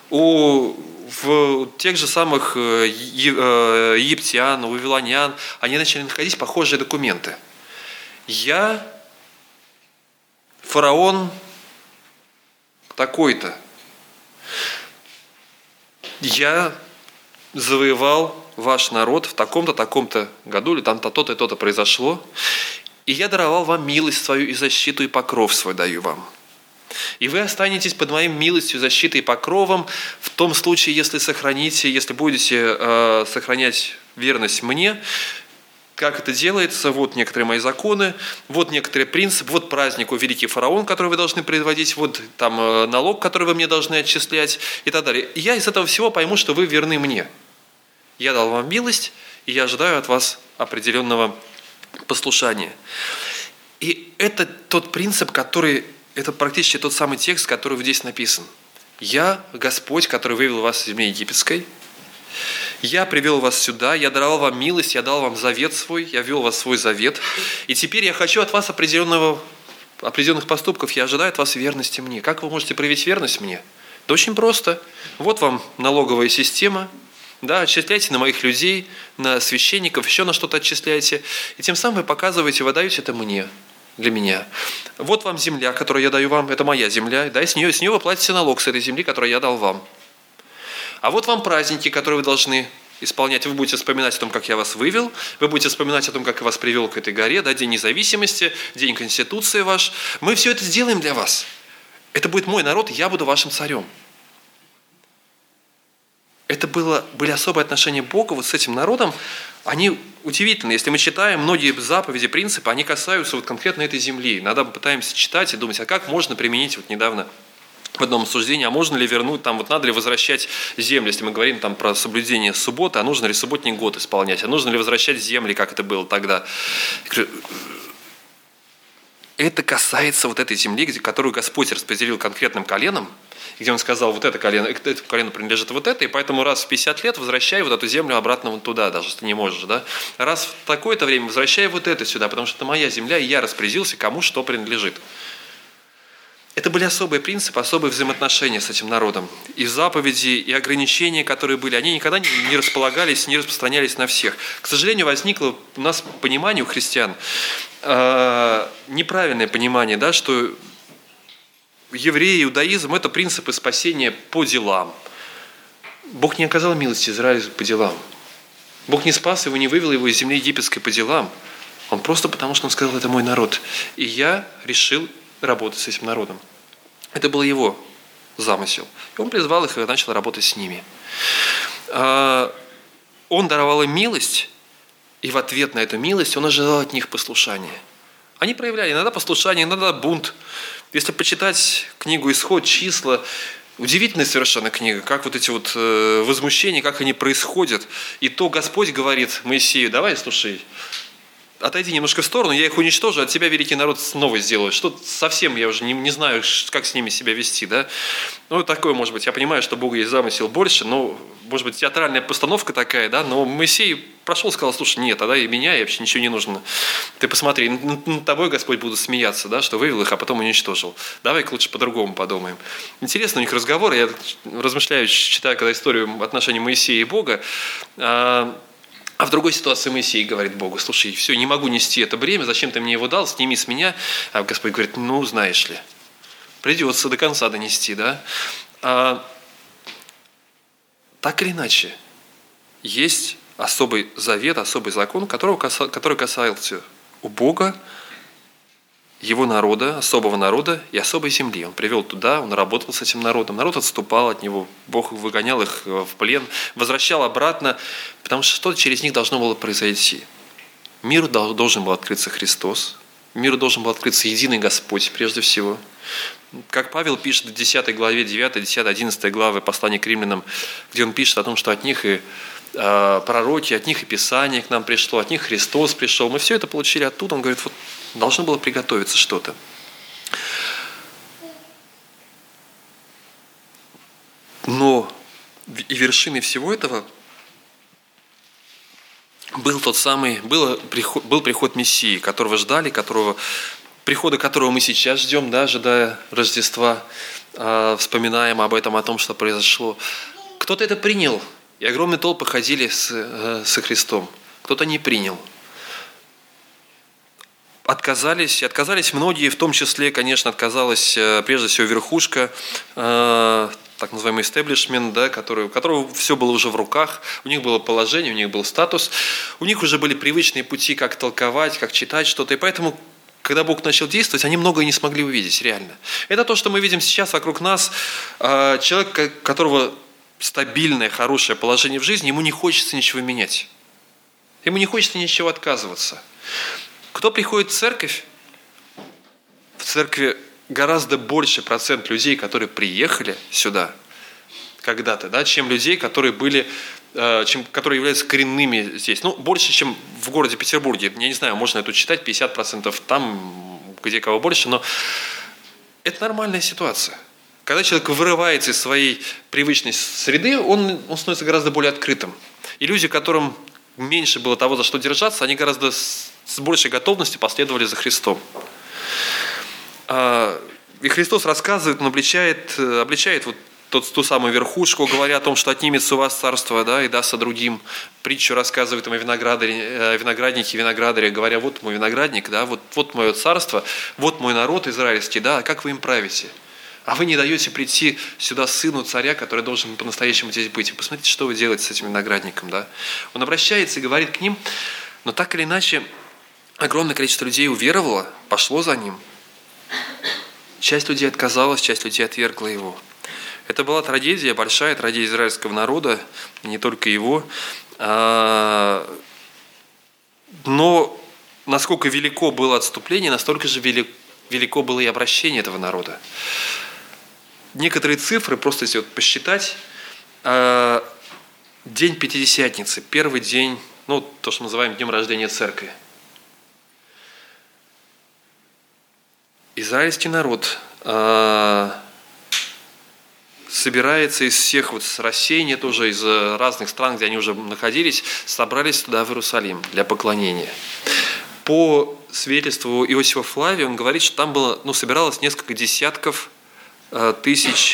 В тех же самых египтян, у вавилонян, они начали находить похожие документы. Я фараон такой-то. Я завоевал ваш народ в таком-то, таком-то году, или там-то, то-то и то-то произошло, и я даровал вам милость свою и защиту, и покров свой даю вам. И вы останетесь под моим милостью, защитой и покровом в том случае, если будете сохранять верность мне. Как это делается? Вот некоторые мои законы, вот некоторые принципы, вот праздник у великий фараон, который вы должны производить, вот там налог, который вы мне должны отчислять и так далее. И я из этого всего пойму, что вы верны мне. Я дал вам милость, и я ожидаю от вас определенного послушания. И это тот принцип, это практически тот самый текст, который здесь написан. Я Господь, который вывел вас из земли египетской. Я привел вас сюда, я даровал вам милость, я дал вам завет свой, я ввел вас в свой завет. И теперь я хочу от вас определенных поступков, я ожидаю от вас верности мне. Как вы можете проявить верность мне? Да очень просто. Вот вам налоговая система. Да, отчисляйте на моих людей, на священников, еще на что-то отчисляйте. И тем самым вы показываете, вы даете это мне, для меня. Вот вам земля, которую я даю вам, это моя земля. Да, и с нее вы платите налог с этой земли, которую я дал вам. А вот вам праздники, которые вы должны исполнять. Вы будете вспоминать о том, как я вас вывел. Вы будете вспоминать о том, как я вас привел к этой горе. Да, День независимости, День Конституции ваш. Мы все это сделаем для вас. Это будет мой народ, я буду вашим царем. Это были особые отношения Бога вот с этим народом. Они удивительны. Если мы читаем многие заповеди, принципы, они касаются вот конкретно этой земли. Иногда мы пытаемся читать и думать, а как можно применить, вот недавно в одном обсуждении, а можно ли вернуть, там, вот надо ли возвращать земли, если мы говорим там про соблюдение субботы, а нужно ли субботний год исполнять, а нужно ли возвращать земли, как это было тогда. Я говорю, это касается вот этой земли, которую Господь распределил конкретным коленом, где Он сказал, вот это колено, этому колену принадлежит вот это, и поэтому раз в 50 лет возвращай вот эту землю обратно вот туда, даже если не можешь, да. Раз в такое-то время возвращай вот это сюда, потому что это моя земля, и я распорядился, кому что принадлежит. Это были особые принципы, особые взаимоотношения с этим народом. И заповеди, и ограничения, которые были, они никогда не располагались, не распространялись на всех. К сожалению, возникло у нас понимание у христиан, неправильное понимание, да, что евреи, иудаизм – это принципы спасения по делам. Бог не оказал милости Израилю по делам. Бог не спас его, не вывел его из земли египетской по делам. Он просто потому, что Он сказал, это мой народ. И я решил работать с этим народом. Это был его замысел. И Он призвал их и начал работать с ними. Он даровал им милость, и в ответ на эту милость Он ожидал от них послушания. Они проявляли иногда послушание, иногда бунт. Если почитать книгу «Исход», «Числа», удивительная совершенно книга, как вот эти вот возмущения, как они происходят. И то Господь говорит Моисею, давай, слушай, отойди немножко в сторону, я их уничтожу, от тебя великий народ снова сделаю. Что совсем я уже не знаю, как с ними себя вести. Да? Ну, такое, может быть, я понимаю, что Бога есть замысел больше, но, может быть, театральная постановка такая, да, но Моисей прошел, сказал, слушай, нет, тогда и меня, и вообще ничего не нужно. Ты посмотри, над тобой, Господь, будут смеяться, да, что вывел их, а потом уничтожил. Давай-ка лучше по-другому подумаем. Интересно у них разговор, я размышляю, читаю когда историю отношений Моисея и Бога, а в другой ситуации Моисей говорит Богу, слушай, все, не могу нести это бремя, зачем ты мне его дал, сними с меня. А Господь говорит, ну, знаешь ли, придется до конца донести, да. Так или иначе, есть особый завет, особый закон, который касался у Бога, его народа, особого народа и особой земли. Он привел туда, он работал с этим народом. Народ отступал от него, Бог выгонял их в плен, возвращал обратно, потому что что-то через них должно было произойти. Миру должен был открыться Христос, миру должен был открыться единый Господь прежде всего. Как Павел пишет в 10 главе, 9, 10, 11 главы послания к римлянам, где он пишет о том, что от них и пророки, от них и Писание к нам пришло, от них Христос пришел. Мы все это получили оттуда. Он говорит, вот должно было приготовиться что-то. Но и вершиной всего этого был приход Мессии, которого ждали, прихода которого мы сейчас ждем, да, ожидая Рождества, вспоминаем об этом, о том, что произошло. Кто-то это принял, и огромные толпы ходили со Христом. Кто-то не принял. Отказались многие, в том числе, конечно, отказалась прежде всего верхушка, так называемый истеблишмент, да, у которого все было уже в руках, у них было положение, у них был статус, у них уже были привычные пути, как толковать, как читать что-то, и поэтому, когда Бог начал действовать, они многое не смогли увидеть, реально. Это то, что мы видим сейчас вокруг нас. Человек, у которого стабильное, хорошее положение в жизни, ему не хочется ничего менять. Ему не хочется ничего отказываться. Кто приходит в церковь? В церкви гораздо больше процент людей, которые приехали сюда когда-то, да, чем людей, которые которые являются коренными здесь. Ну, больше, чем в городе Петербурге. Я не знаю, можно это читать, 50% там, где кого больше, но это нормальная ситуация. Когда человек вырывается из своей привычной среды, он становится гораздо более открытым. И люди, которым меньше было того, за что держаться, они гораздо с большей готовностью последовали за Христом. И Христос рассказывает, он обличает вот ту самую верхушку, говоря о том, что отнимется у вас царство, да, и дастся другим. Притчу рассказывает им о винограднике и виноградаре, говоря, вот мой виноградник, да, вот мое царство, вот мой народ израильский, да, как вы им правите? А вы не даете прийти сюда сыну царя, который должен по-настоящему здесь быть. И посмотрите, что вы делаете с этим виноградником. Да? Он обращается и говорит к ним, но так или иначе, огромное количество людей уверовало, пошло за ним. Часть людей отказалась, часть людей отвергла его. Это была трагедия, большая трагедия израильского народа, не только его. Но насколько велико было отступление, настолько же велико было и обращение этого народа. некоторые цифры, просто если вот посчитать, день Пятидесятницы, первый день, ну, то, что мы называем днем рождения церкви. Израильский народ собирается из всех, вот с рассеяния тоже, из разных стран, где они уже находились, собрались туда, в Иерусалим, для поклонения. По свидетельству Иосифа Флавия, он говорит, что там было, собиралось несколько десятков тысяч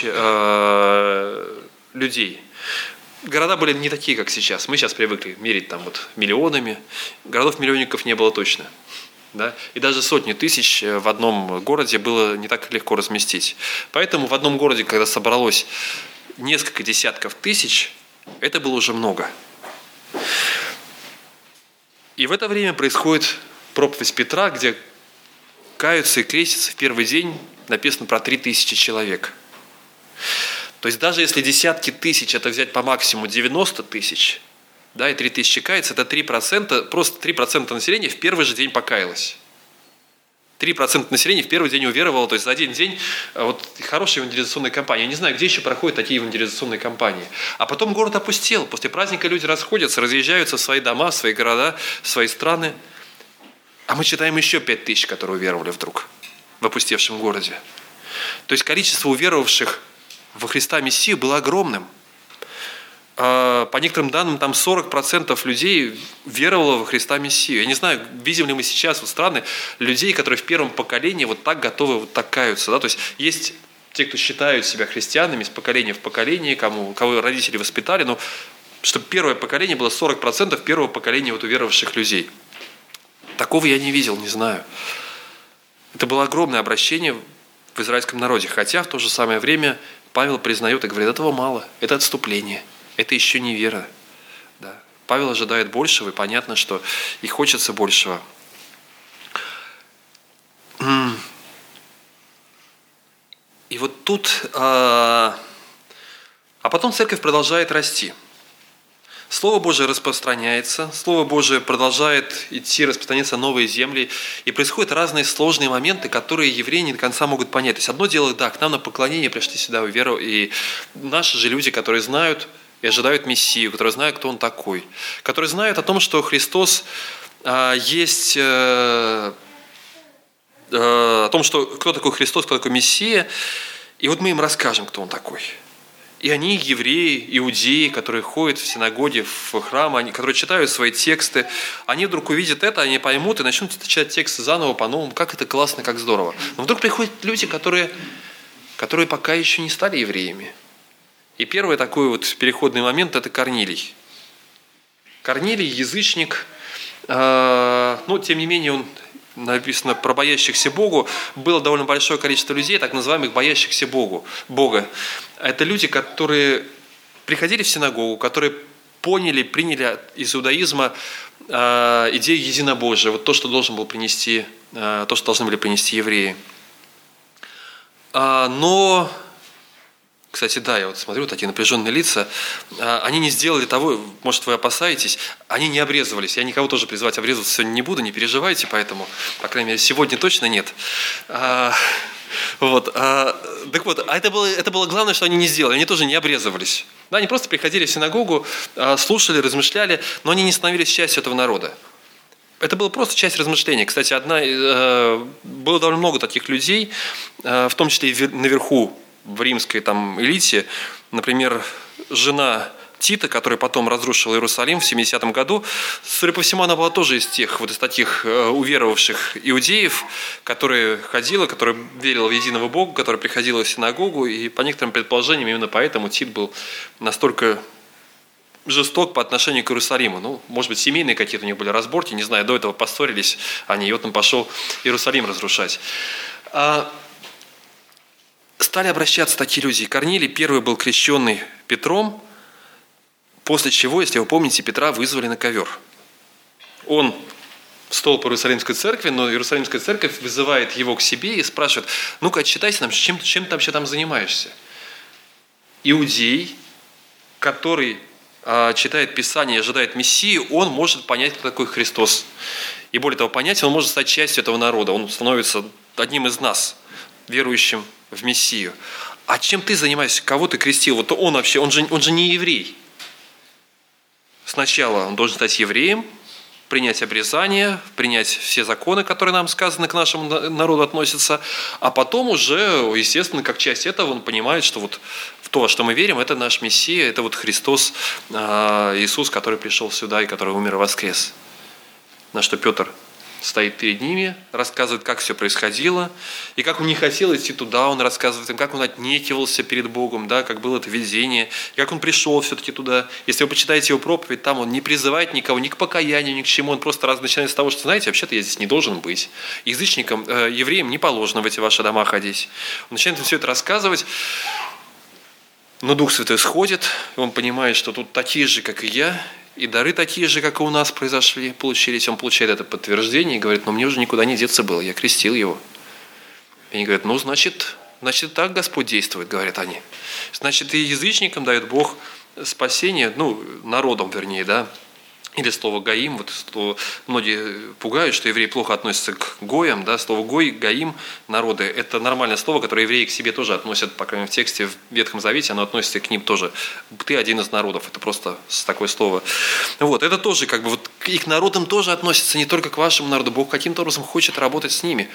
людей. Города были не такие, как сейчас. Мы сейчас привыкли мерить там вот миллионами. Городов-миллионников не было точно. Да? И даже сотни тысяч в одном городе было не так легко разместить. Поэтому в одном городе, когда собралось несколько десятков тысяч, это было уже много. И в это время происходит проповедь Петра, где каются и крестятся в первый день, написано про 3000 человек. То есть даже если десятки тысяч, это взять по максимуму 90 тысяч, да, и 3000 кается, это 3%, просто 3% населения в первый же день покаялось. 3% населения в первый день уверовало, то есть за один день вот хорошая евангелизационная кампания. Я не знаю, где еще проходят такие евангелизационные кампании. А потом город опустел. После праздника люди расходятся, разъезжаются в свои дома, в свои города, в свои страны. А мы читаем еще 5000, которые уверовали вдруг в опустевшем городе. То есть количество уверовавших во Христа Мессию было огромным. По некоторым данным, там 40% людей веровало во Христа Мессию. Я не знаю, видим ли мы сейчас вот страны людей, которые в первом поколении вот так готовы, вот так каются. Да? То есть есть те, кто считают себя христианами из поколения в поколение, кого родители воспитали, но чтобы первое поколение было 40% первого поколения вот уверовавших людей. Такого я не видел, не знаю. Это было огромное обращение в израильском народе. Хотя в то же самое время Павел признает и говорит, этого мало, это отступление. Это еще не вера. Да. Павел ожидает большего, и понятно, что и хочется большего. И вот тут... А потом церковь продолжает расти. Слово Божие распространяется, Слово Божие продолжает идти, распространяться на новые земли, и происходят разные сложные моменты, которые евреи не до конца могут понять. То есть одно дело, да, к нам на поклонение пришли сюда в веру, и наши же люди, которые знают и ожидают Мессию, которые знают, кто Он такой, которые знают о том, что Христос есть, о том, что кто такой Христос, кто такой Мессия, и вот мы им расскажем, кто Он такой. И они, евреи, иудеи, которые ходят в синагоге, в храм, которые читают свои тексты, они вдруг увидят это, они поймут и начнут читать тексты заново, по-новому, как это классно, как здорово. Но вдруг приходят люди, которые пока еще не стали евреями. И первый такой вот переходный момент – это Корнилий. Корнилий – язычник, но тем не менее он, написано про боящихся Богу, было довольно большое количество людей, так называемых боящихся Бога. Это люди, которые приходили в синагогу, которые приняли из иудаизма идею единобожия, вот то, что должны были принести евреи. Но, кстати, да, я вот смотрю, такие напряженные лица, они не сделали того, может, вы опасаетесь, они не обрезывались. Я никого тоже призывать обрезываться сегодня не буду, не переживайте, поэтому, по крайней мере, сегодня точно нет. Так вот, это было главное, что они не сделали, они тоже не обрезывались. Да, они просто приходили в синагогу, слушали, размышляли, но они не становились частью этого народа. Это была просто часть размышлений. Кстати, было довольно много таких людей, в том числе и наверху, в римской там элите, например, жена Тита, который потом разрушил Иерусалим в 70-м году, судя по всему, она была тоже из таких уверовавших иудеев, которая верила в единого Бога, которая приходила в синагогу, и по некоторым предположениям именно поэтому Тит был настолько жесток по отношению к Иерусалиму. Ну, может быть, семейные какие-то у них были разборки, не знаю, до этого поссорились они, и вот он пошел Иерусалим разрушать. Стали обращаться такие люди. Корнилий первый был крещенный Петром, после чего, если вы помните, Петра вызвали на ковер. Он столб Иерусалимской церкви, но Иерусалимская церковь вызывает его к себе и спрашивает, ну-ка, отчитайся нам, чем ты вообще там занимаешься? Иудей, который читает Писание и ожидает Мессию, он может понять, кто такой Христос. И более того, понять, он может стать частью этого народа, он становится одним из нас, верующим в Мессию. а чем ты занимаешься, кого ты крестил? Вот он вообще, он же не еврей. Сначала он должен стать евреем, принять обрезание, принять все законы, которые нам сказаны, к нашему народу относятся, а потом уже, естественно, как часть этого он понимает, что вот в то, во что мы верим, это наш Мессия, это вот Христос, Иисус, который пришел сюда и который умер и воскрес. На что Петр стоит перед ними, рассказывает, как все происходило, и как он не хотел идти туда, он рассказывает им, как он отнекивался перед Богом, да, как было это видение, и как он пришел все-таки туда. Если вы почитаете его проповедь, там он не призывает никого ни к покаянию, ни к чему, он просто начинает с того, что, знаете, вообще-то я здесь не должен быть. Язычникам, евреям не положено в эти ваши дома ходить. Он начинает им все это рассказывать, но Дух Святой сходит, и он понимает, что тут такие же, как и я, и дары такие же, как и у нас произошли, получились. Он получает это подтверждение и говорит, но мне уже никуда не деться было, я крестил его. И они говорят, ну, значит, так Господь действует, говорят они. Значит, и язычникам дает Бог спасение, ну, народам, вернее, да, или слово «гаим», вот что многие пугают, что евреи плохо относятся к гоям, да, слово «гой», «гаим», народы – это нормальное слово, которое евреи к себе тоже относят, по крайней мере, в тексте в Ветхом Завете, оно относится к ним тоже. Ты один из народов, это просто такое слово. Вот, это тоже как бы, вот и к народам тоже относится, не только к вашему народу, Бог каким-то образом хочет работать с ними.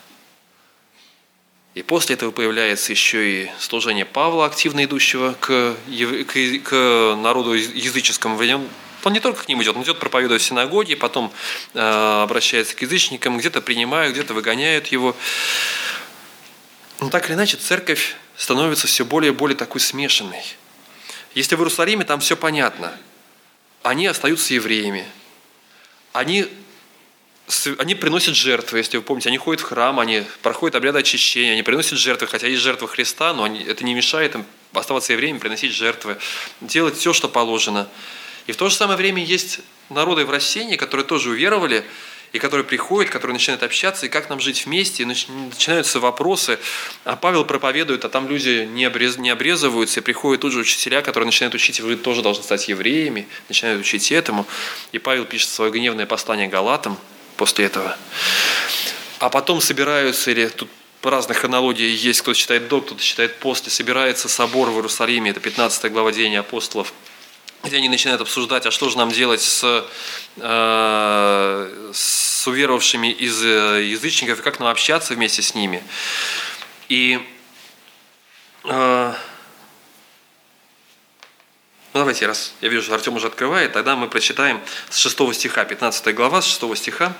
И после этого появляется еще и служение Павла, активно идущего к народу языческому. Он не только к ним идет, он идет проповедуя в синагоге, потом обращается к язычникам, где-то принимают, где-то выгоняют его. Но так или иначе, церковь становится все более и более такой смешанной. Если в Иерусалиме, там все понятно. Они остаются евреями. Они приносят жертвы, если вы помните, они ходят в храм, они проходят обряды очищения, они приносят жертвы, хотя есть жертва Христа, но это не мешает им оставаться евреями, приносить жертвы, делать все, что положено. И в то же самое время есть народы в рассеянии, которые тоже уверовали, и которые приходят, которые начинают общаться, и как нам жить вместе, и начинаются вопросы. А Павел проповедует, а там люди не обрезываются, и приходят тут же учителя, которые начинают учить, вы тоже должны стать евреями, начинают учить этому. И Павел пишет свое гневное послание Галатам после этого. А потом собираются, или тут по разных хронологиях есть, кто читает до, кто-то читает после, собирается собор в Иерусалиме, это 15 глава Деяний апостолов, где они начинают обсуждать, а что же нам делать с уверовавшими из язычников, и как нам общаться вместе с ними. И давайте, раз я вижу, что Артем уже открывает, тогда мы прочитаем с 6 стиха, 15 глава, с 6 стиха.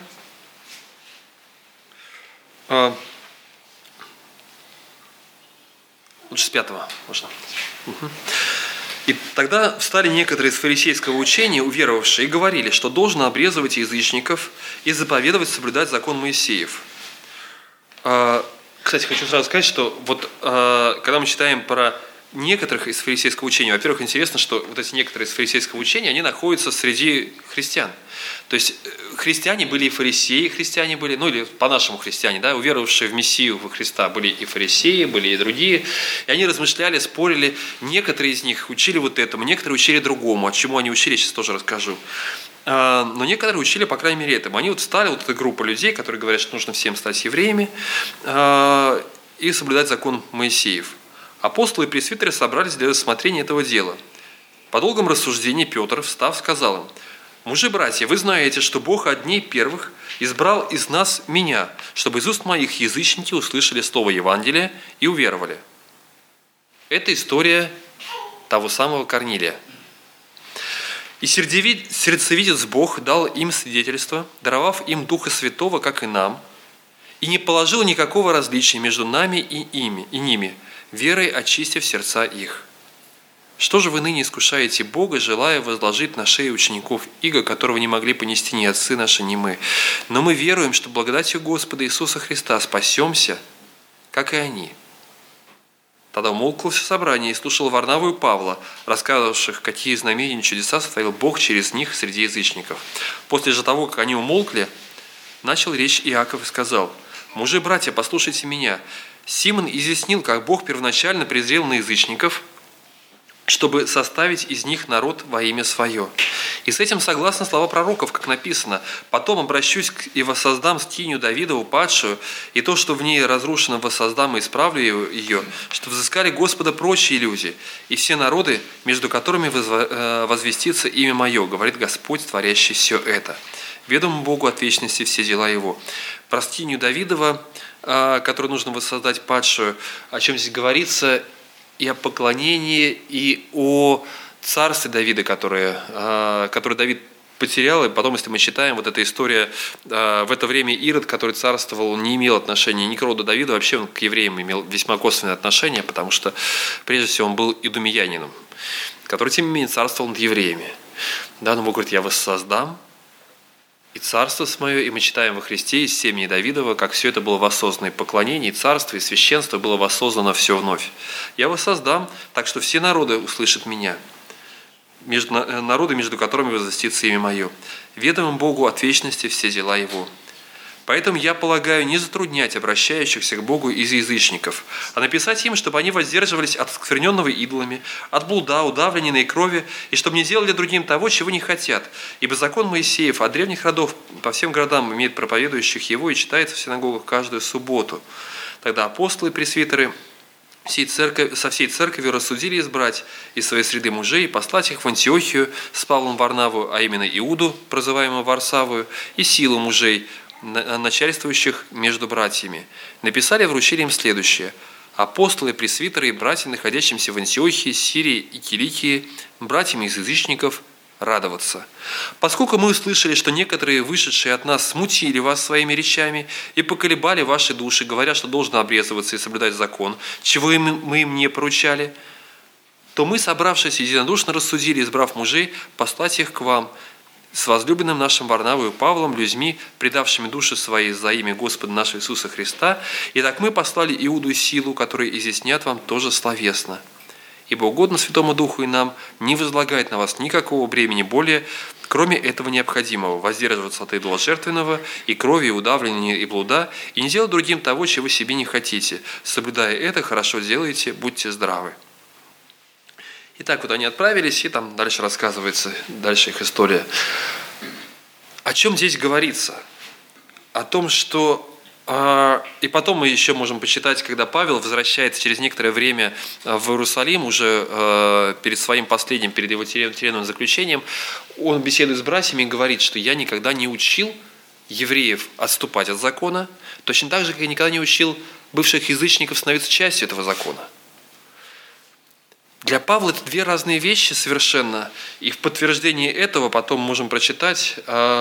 Лучше с 5 можно. Угу. И тогда встали некоторые из фарисейского учения, уверовавшие, и говорили, что должно обрезывать язычников и заповедовать соблюдать закон Моисеев. Кстати, хочу сразу сказать, что вот когда мы читаем про некоторых из фарисейского учения, во-первых, интересно, что вот эти некоторые из фарисейского учения, они находятся среди христиан. То есть христиане были и фарисеи, христиане были, ну или по-нашему христиане, да, уверовавшие в Мессию, во Христа, были и фарисеи, были и другие. И они размышляли, спорили, некоторые из них учили вот этому, некоторые учили другому. От чему они учили, сейчас тоже расскажу. Но некоторые учили, по крайней мере, этому. Они вот стали, вот эта группа людей, которые говорят, что нужно всем стать евреями и соблюдать закон Моисеев. Апостолы и пресвитеры собрались для рассмотрения этого дела. По долгом рассуждении Петр, встав, сказал им: «Мужи, братья, вы знаете, что Бог от дней первых избрал из нас меня, чтобы из уст моих язычники услышали слово Евангелия и уверовали». Это история того самого Корнилия. «И сердцевидец Бог дал им свидетельство, даровав им Духа Святого, как и нам, и не положил никакого различия между нами и ними, верой очистив сердца их. Что же вы ныне искушаете Бога, желая возложить на шеи учеников иго, которого не могли понести ни отцы наши, ни мы? Но мы веруем, что благодатью Господа Иисуса Христа спасемся, как и они». Тогда умолкло все собрание и слушал Варнаву и Павла, рассказывавших, какие знамения и чудеса сотворил Бог через них среди язычников. После же того, как они умолкли, начал речь Иаков и сказал: «Мужи, братья, послушайте меня. Симон изъяснил, как Бог первоначально презрел на язычников чтобы составить из них народ во имя свое. И с этим согласны слова пророков, как написано: «Потом обращусь и воссоздам скинию Давидову падшую, и то, что в ней разрушено, воссоздам и исправлю ее, что взыскали Господа прочие люди, и все народы, между которыми возвестится имя мое, говорит Господь, творящий все это. Ведом Богу от вечности все дела его». Про скинию Давидова, которую нужно воссоздать падшую, о чем здесь говорится, и о поклонении, и о царстве Давида, которое Давид потерял. И потом, если мы читаем, вот эта история, в это время Ирод, который царствовал, он не имел отношения ни к роду Давида, вообще он к евреям имел весьма косвенное отношение, потому что, прежде всего, он был идумеянином, который, тем не менее, царствовал над евреями. Да, но Бог говорит: «Я воссоздам и царство мое», и мы читаем во Христе из семьи Давидова, как все это было воссоздано, и поклонение, и царство, и священство было воссоздано все вновь. «Я воссоздам, так что все народы услышат меня, народы, между которыми возвестится имя мое. Ведомым Богу от вечности все дела его». Поэтому я полагаю не затруднять обращающихся к Богу из язычников, а написать им, чтобы они воздерживались от оскверненного идолами, от блуда, удавленной крови, и чтобы не делали другим того, чего не хотят. Ибо закон Моисеев от древних родов по всем городам имеет проповедующих его и читается в синагогах каждую субботу. Тогда апостолы и пресвитеры со всей церковью рассудили избрать из своей среды мужей и послать их в Антиохию с Павлом Варнаву, а именно Иуду, прозываемого Варсавую, и силу мужей, начальствующих между братьями. Написали и вручили им следующее: апостолы, пресвитеры и братья, находящимся в Антиохии, Сирии и Киликии, братьями из язычников, радоваться. Поскольку мы услышали, что некоторые, вышедшие от нас, смутили вас своими речами и поколебали ваши души, говоря, что должно обрезываться и соблюдать закон, чего мы им не поручали, то мы, собравшись единодушно, рассудили, избрав мужей, послать их к вам, с возлюбленным нашим Варнавою Павлом, людьми, предавшими души свои за имя Господа нашего Иисуса Христа. И так мы послали Иуду и Силу, которые изъяснят вам тоже словесно. Ибо угодно Святому Духу и нам не возлагает на вас никакого бремени более, кроме этого необходимого: воздерживаться от идоложертвенного и крови, и удавления, и блуда, и не делать другим того, чего себе не хотите. Соблюдая это, хорошо делаете, будьте здравы. Итак, вот они отправились, и там дальше рассказывается, дальше их история. О чем здесь говорится? О том, что... И потом мы еще можем почитать, когда Павел возвращается через некоторое время в Иерусалим, уже перед своим последним, перед его тюремным заключением, он беседует с братьями и говорит, что я никогда не учил евреев отступать от закона, точно так же, как я никогда не учил бывших язычников становиться частью этого закона. Для Павла это две разные вещи совершенно, и в подтверждение этого потом можем прочитать,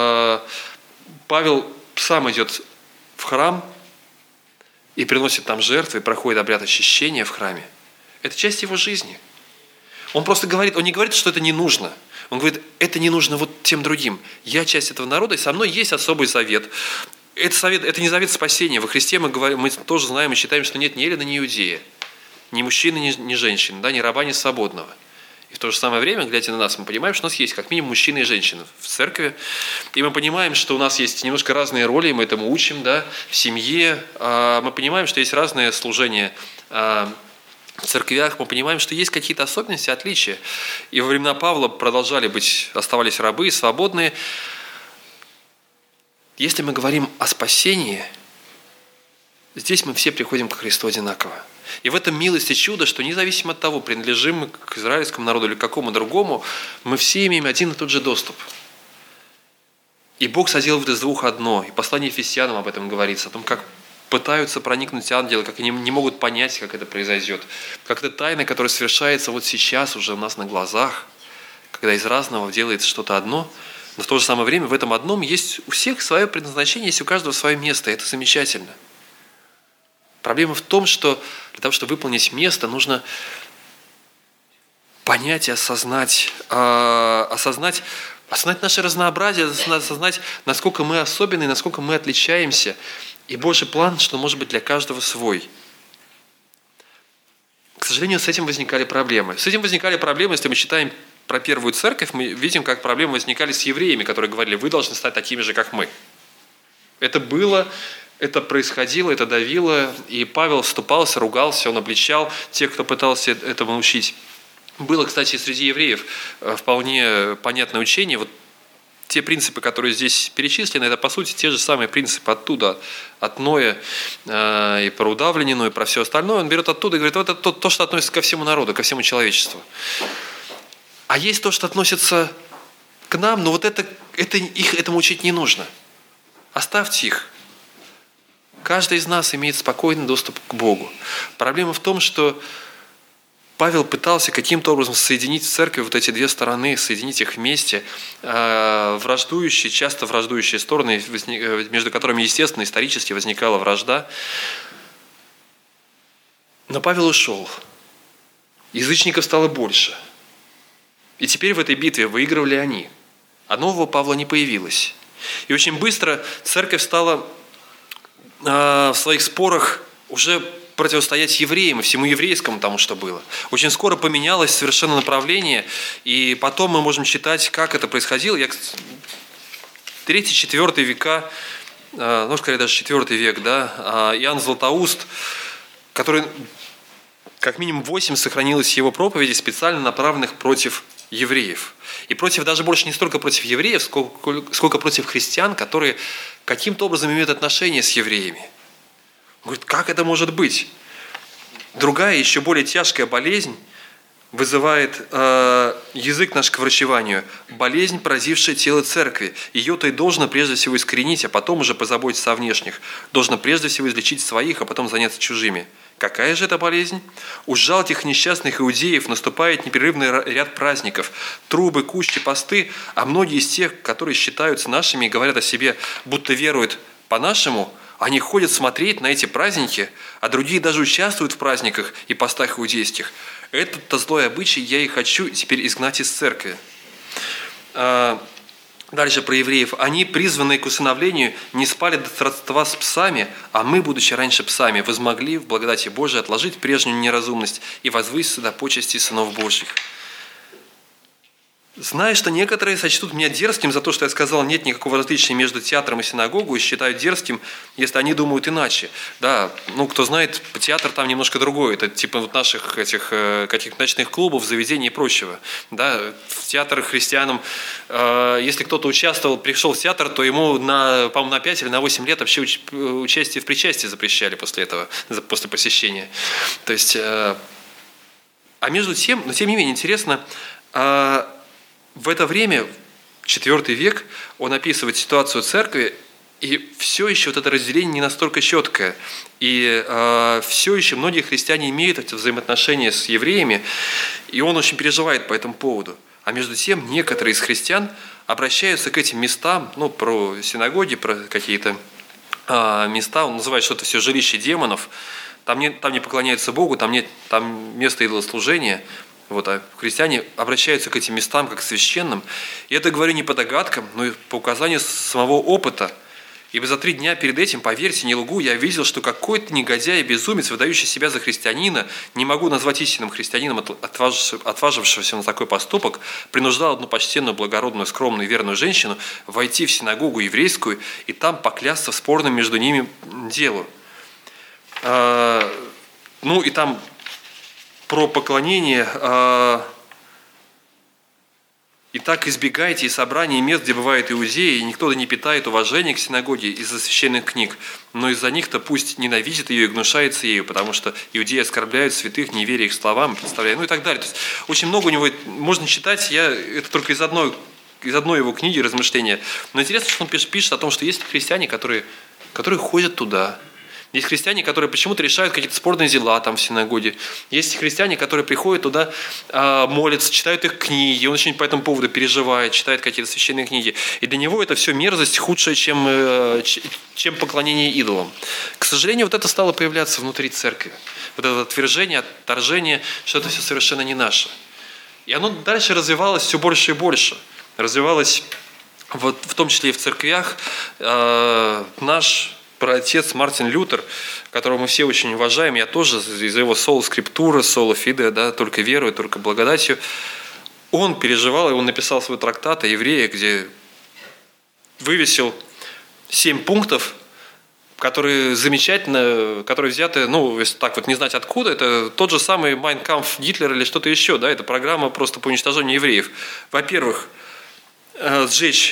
Павел сам идет в храм и приносит там жертвы, и проходит обряд очищения в храме. Это часть его жизни. Он просто говорит, он не говорит, что это не нужно. Он говорит, это не нужно вот тем другим. Я часть этого народа, и со мной есть особый завет. Это не завет спасения. Во Христе мы тоже знаем и считаем, что нет ни Елена, ни Иудея. Ни мужчины, ни женщины, да, ни раба, ни свободного. И в то же самое время, глядя на нас, мы понимаем, что у нас есть как минимум мужчины и женщины в церкви. И мы понимаем, что у нас есть немножко разные роли, мы этому учим, да, в семье. Мы понимаем, что есть разные служения в церквях. Мы понимаем, что есть какие-то особенности, отличия. И во времена Павла оставались рабы, свободные. Если мы говорим о спасении, здесь мы все приходим к Христу одинаково. И в этом милость и чудо, что независимо от того, принадлежим мы к израильскому народу или к какому другому, мы все имеем один и тот же доступ. И Бог соделал из двух одно. И послание Ефесянам об этом говорится, о том, как пытаются проникнуть ангелы, как они не могут понять, как это произойдет. Как это тайна, которая совершается вот сейчас уже у нас на глазах, когда из разного делается что-то одно, но в то же самое время в этом одном есть у всех свое предназначение, есть у каждого свое место, и это замечательно. Проблема в том, что для того, чтобы выполнить место, нужно понять и осознать наше разнообразие, осознать, насколько мы особенны, насколько мы отличаемся. И Божий план, что может быть для каждого свой. К сожалению, с этим возникали проблемы. Если мы читаем про первую церковь, мы видим, как проблемы возникали с евреями, которые говорили, вы должны стать такими же, как мы. Это было... Это происходило, это давило, и Павел вступался, ругался, он обличал тех, кто пытался этому научить. Было, кстати, среди евреев вполне понятное учение. Вот те принципы, которые здесь перечислены, это, по сути, те же самые принципы оттуда, от Ноя, и про удавленину, и про все остальное. Он берет оттуда и говорит, вот это то, что относится ко всему народу, ко всему человечеству. А есть то, что относится к нам, но вот их этому учить не нужно. Оставьте их. Каждый из нас имеет спокойный доступ к Богу. Проблема в том, что Павел пытался каким-то образом соединить в церкви вот эти две стороны, соединить их вместе, часто враждующие стороны, между которыми, естественно, исторически возникала вражда. Но Павел ушел. Язычников стало больше. И теперь в этой битве выигрывали они. А нового Павла не появилось. И очень быстро церковь стала в своих спорах уже противостоять евреям и всему еврейскому тому, что было. Очень скоро поменялось совершенно направление, и потом мы можем читать, как это происходило. 3-4 века, скорее даже 4 век, да, Иоанн Златоуст, который, как минимум 8 сохранилось его проповедей, специально направленных против евреев. И даже больше не столько против евреев, сколько против христиан, которые каким-то образом имеют отношение с евреями. Он говорит, как это может быть? Другая, еще более тяжкая болезнь вызывает язык наш к врачеванию. Болезнь, поразившая тело церкви. Ее-то и должно прежде всего искоренить, а потом уже позаботиться о внешних. Должно прежде всего излечить своих, а потом заняться чужими. Какая же это болезнь? У жалких несчастных иудеев наступает непрерывный ряд праздников, трубы, кущи, посты, а многие из тех, которые считаются нашими и говорят о себе, будто веруют по-нашему, они ходят смотреть на эти праздники, а другие даже участвуют в праздниках и постах иудейских. Этот-то злой обычай я и хочу теперь изгнать из церкви. Дальше про евреев. Они, призванные к усыновлению, не спали до родства с псами, а мы, будучи раньше псами, возмогли в благодати Божией отложить прежнюю неразумность и возвыситься до почести сынов Божьих. Знаю, что некоторые сочтут меня дерзким за то, что я сказал, нет никакого различия между театром и синагогой, и считают дерзким, если они думают иначе. Да, кто знает, театр там немножко другой. Это типа вот наших этих каких-то ночных клубов, заведений и прочего. Да, в театр христианам, если кто-то пришел в театр, то ему, по-моему, на 5 или на 8 лет вообще участие в причастии запрещали после посещения. То есть, между тем, но тем не менее, интересно, в это время, 4 век, он описывает ситуацию церкви, и все еще вот это разделение не настолько четкое. И все еще многие христиане имеют эти взаимоотношения с евреями, и он очень переживает по этому поводу. А между тем, некоторые из христиан обращаются к этим местам, про синагоги, про какие-то места, он называет что-то все жилище демонов, там не поклоняются Богу, там место идолослужения. А христиане обращаются к этим местам как к священным. И это говорю не по догадкам, но и по указанию самого опыта. Ибо за 3 дня перед этим, поверьте, не лгу, я видел, что какой-то негодяй и безумец, выдающий себя за христианина, не могу назвать истинным христианином, отважившегося на такой поступок, принуждал одну почтенную, благородную, скромную и верную женщину войти в синагогу еврейскую и там поклясться в спорном между ними делу. И там про поклонение. «Итак, избегайте и собраний, и мест, где бывают иудеи, и никто не питает уважения к синагоге из-за священных книг, но из-за них-то пусть ненавидит ее и гнушается ею, потому что иудеи оскорбляют святых, не веря их словам, представляя, и так далее». То есть очень много у него можно читать, это только из одной его книги размышления. Но интересно, что он пишет о том, что есть христиане, которые ходят туда. Есть христиане, которые почему-то решают какие-то спорные дела там в синагоге. Есть христиане, которые приходят туда, молятся, читают их книги. Он очень по этому поводу переживает, читает какие-то священные книги. И для него это все мерзость худшая, чем поклонение идолам. К сожалению, вот это стало появляться внутри церкви. Вот это отвержение, отторжение, что это все совершенно не наше. И оно дальше развивалось все больше и больше. Развивалось в том числе и в церквях. Наш праотец Мартин Лютер, которого мы все очень уважаем, я тоже из-за его соло скриптура, соло фиде, только верою, только благодатью, он переживал, и он написал свой трактат о евреях, где вывесил 7 пунктов которые замечательно, которые взяты, ну, если так вот не знать откуда, это тот же самый «Mein Kampf» Гитлера или что-то еще, да, это программа просто по уничтожению евреев. Во-первых, сжечь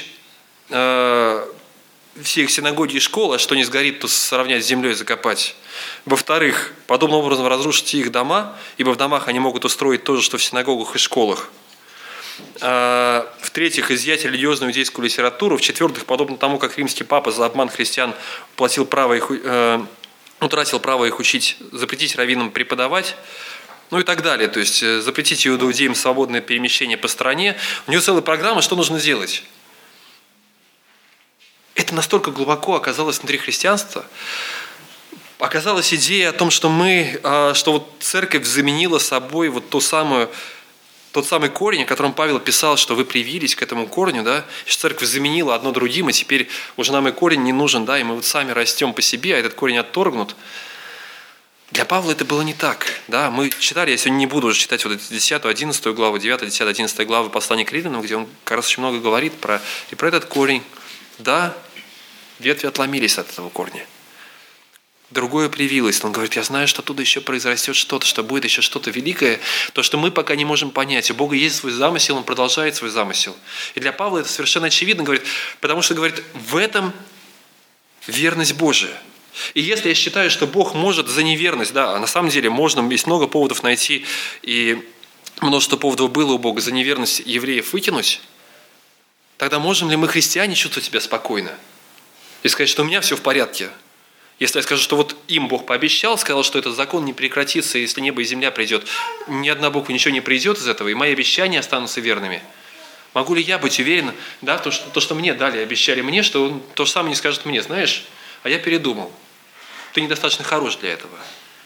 все их синагоги и школы, а что не сгорит, то сравнять с землей и закопать. Во-вторых, подобным образом разрушить их дома, ибо в домах они могут устроить то же, что в синагогах и школах. В-третьих, изъять религиозную иудейскую литературу. В-четвертых, подобно тому, как римский папа за обман христиан утратил право их учить, запретить раввинам преподавать, ну и так далее. То есть запретить иудеям свободное перемещение по стране. У него целая программа, что нужно делать. Это настолько глубоко оказалось внутри христианства. Оказалась идея о том, что вот церковь заменила собой вот тот самый корень, о котором Павел писал, что вы привились к этому корню, да, что церковь заменила одно другим, и теперь уже нам и корень не нужен, да, и мы вот сами растем по себе, а этот корень отторгнут. Для Павла это было не так, да, мы читали, я сегодня не буду уже читать вот эти 10, 11 главу, 9, 10, 11 главы послания к Римлянам, где он как раз очень много говорит про этот корень. Да, ветви отломились от этого корня. Другое привилось. Он говорит, я знаю, что оттуда еще произрастет что-то, что будет еще что-то великое, то, что мы пока не можем понять. У Бога есть свой замысел, Он продолжает свой замысел. И для Павла это совершенно очевидно, говорит, потому что, говорит, в этом верность Божия. И если я считаю, что Бог может за неверность, да, а на самом деле есть много поводов найти, и множество поводов было у Бога за неверность евреев выкинуть, тогда можем ли мы, христиане, чувствовать себя спокойно? И сказать, что у меня все в порядке. Если я скажу, что вот им Бог пообещал, сказал, что этот закон не прекратится, если небо и земля придет, ни одна буква ничего не придет из этого, и мои обещания останутся верными. Могу ли я быть уверен, да, то, что мне дали, обещали мне, что он то же самое не скажет мне, знаешь, а я передумал. Ты недостаточно хорош для этого.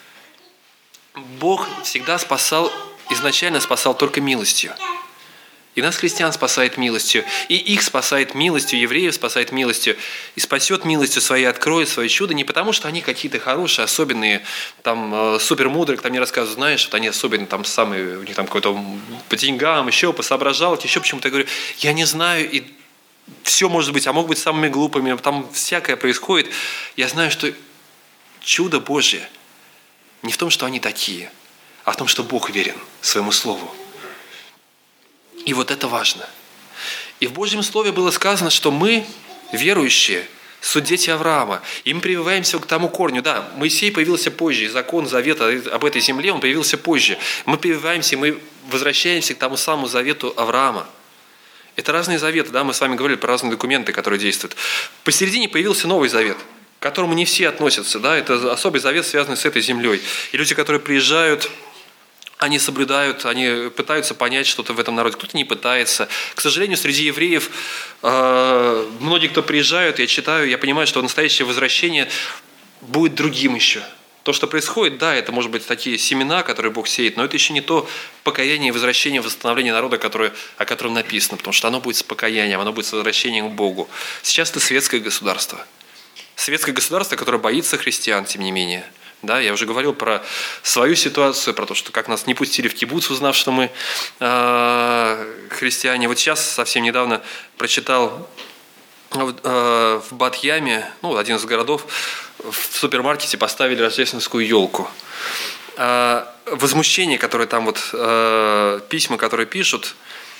Бог всегда изначально спасал только милостью. И нас, христиан, спасает милостью, и их спасает милостью, евреев спасает милостью, и спасет милостью своей, откроет свое чудо, не потому, что они какие-то хорошие, особенные, там, супермудрые, кто мне рассказывает, знаешь, вот они особенные, там, самые, у них там какой-то по деньгам, еще по соображалке, еще почему-то. Я говорю, я не знаю, и все может быть, а могут быть самыми глупыми, там всякое происходит. Я знаю, что чудо Божье не в том, что они такие, а в том, что Бог верен своему слову. И вот это важно. И в Божьем Слове было сказано, что мы, верующие, суть дети Авраама, и мы прививаемся к тому корню. Да, Моисей появился позже, и закон, завет об этой земле, он появился позже. Мы прививаемся, мы возвращаемся к тому самому завету Авраама. Это разные заветы, да, мы с вами говорили про разные документы, которые действуют. Посередине появился Новый Завет, к которому не все относятся, да, это особый завет, связанный с этой землей. И люди, которые приезжают, они соблюдают, они пытаются понять что-то в этом народе. Кто-то не пытается. К сожалению, среди евреев многие, кто приезжают, я читаю, я понимаю, что настоящее возвращение будет другим еще. То, что происходит, да, это может быть такие семена, которые Бог сеет, но это еще не то покаяние, возвращение, восстановление народа, о котором написано, потому что оно будет с покаянием, оно будет с возвращением к Богу. Сейчас это светское государство. Светское государство, которое боится христиан, тем не менее. Да, я уже говорил про свою ситуацию, про то, что как нас не пустили в кибуц, узнав, что мы христиане. Вот сейчас, совсем недавно, прочитал в Бат-Яме, один из городов, в супермаркете поставили рождественскую елку. Возмущение, которое там письма, которые пишут,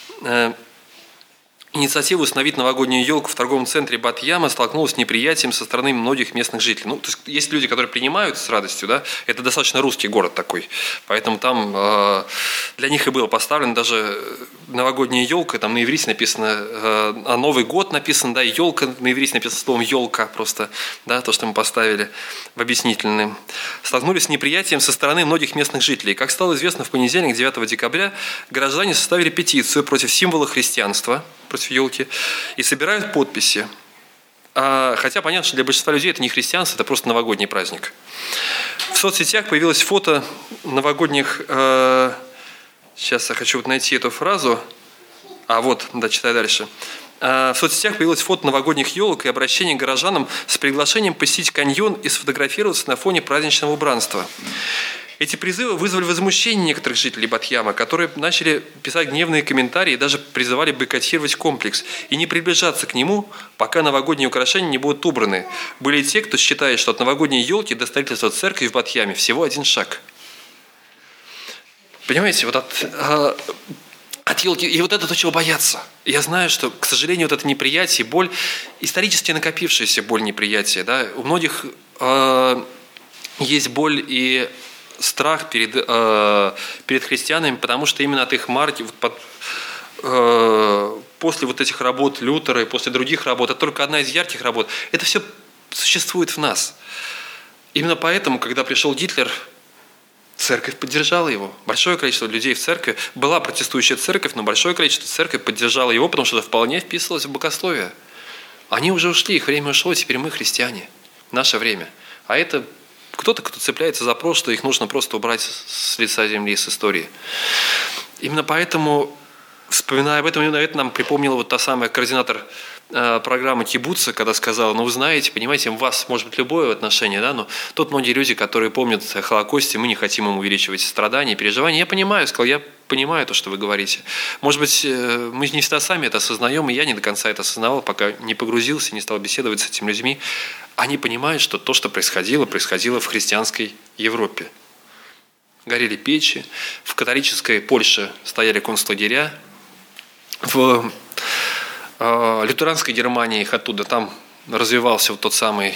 инициатива установить новогоднюю елку в торговом центре Бат-Яма столкнулась с неприятием со стороны многих местных жителей. То есть есть люди, которые принимают с радостью, да, это достаточно русский город такой, поэтому там для них и было поставлено даже новогодняя елка, там на иврите написано, а Новый год написано, да, елка, на иврите написано словом елка просто, да, то, что мы поставили в объяснительном. Столкнулись с неприятием со стороны многих местных жителей. Как стало известно, в понедельник, 9 декабря, граждане составили петицию против символа христианства, против елки, и собирают подписи. Хотя понятно, что для большинства людей это не христианство, это просто новогодний праздник. В соцсетях появилось фото новогодних... Сейчас я хочу найти эту фразу. Читаю дальше. В соцсетях появилось фото новогодних елок и обращение к горожанам с приглашением посетить каньон и сфотографироваться на фоне праздничного убранства. Эти призывы вызвали возмущение некоторых жителей Бат-Яма, которые начали писать гневные комментарии и даже призывали бойкотировать комплекс и не приближаться к нему, пока новогодние украшения не будут убраны. Были и те, кто считает, что от новогодней елки до строительства церкви в Бат-Яме всего один шаг. Понимаете, вот от елки, и вот это то, чего боятся. Я знаю, что, к сожалению, вот это неприятие, боль, исторически накопившаяся боль неприятия, да, у многих есть боль и страх перед христианами, потому что именно от их марки, после вот этих работ Лютера и после других работ, это только одна из ярких работ, это все существует в нас. Именно поэтому, когда пришел Гитлер, церковь поддержала его. Большое количество людей в церкви, была протестующая церковь, но большое количество церкви поддержало его, потому что это вполне вписывалось в богословие. Они уже ушли, их время ушло, теперь мы христиане, наше время. А это кто-то, кто цепляется за прошлое, их нужно просто убрать с лица земли, с истории. Именно поэтому, вспоминая об этом, именно это нам припомнила вот та самая координатор программы Кибуца, когда сказала, ну вы знаете, понимаете, у вас может быть любое отношение, да, но тут многие люди, которые помнят о Холокосте, мы не хотим им увеличивать страдания, переживания. Я понимаю, сказал, я понимаю то, что вы говорите. Может быть, мы не всегда сами это осознаем, и я не до конца это осознавал, пока не погрузился, не стал беседовать с этими людьми. Они понимают, что то, что происходило в христианской Европе. Горели печи, в католической Польше стояли концлагеря, в лютеранской Германии их оттуда, там развивался вот тот самый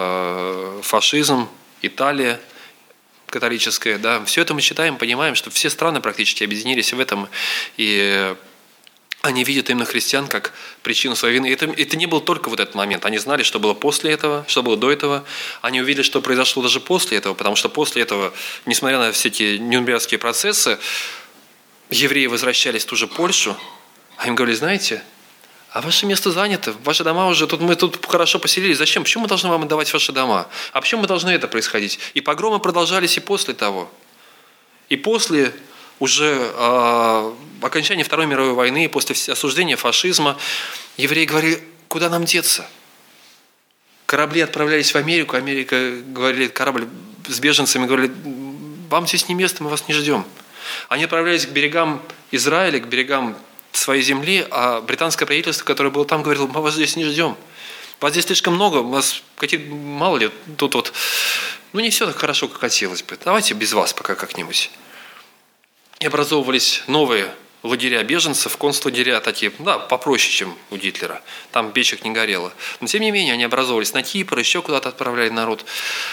фашизм, Италия католическая, да, все это мы читаем, понимаем, что все страны практически объединились в этом, и они видят именно христиан как причину своей вины. Это не был только вот этот момент, они знали, что было после этого, что было до этого, они увидели, что произошло даже после этого, потому что после этого, несмотря на все эти нюрнбергские процессы, евреи возвращались в ту же Польшу, а им говорили, знаете, а ваше место занято, ваши дома уже, мы тут хорошо поселились. Зачем? Почему мы должны вам отдавать ваши дома? А почему мы должны это происходить? И погромы продолжались и после того. И после уже окончания Второй мировой войны, после осуждения фашизма, евреи говорили, куда нам деться? Корабли отправлялись в Америку, Америка, говорили, корабль с беженцами, говорили, вам здесь не место, мы вас не ждем. Они отправлялись к берегам Израиля, к берегам своей земли, а британское правительство, которое было там, говорило, мы вас здесь не ждем. Вас здесь слишком много, у вас мало ли, тут вот, не все так хорошо, как хотелось бы. Давайте без вас пока как-нибудь. И образовывались новые лагеря беженцев, концлагеря такие, да, попроще, чем у Гитлера. Там печек не горело. Но тем не менее, они образовывались на Кипр, еще куда-то отправляли народ.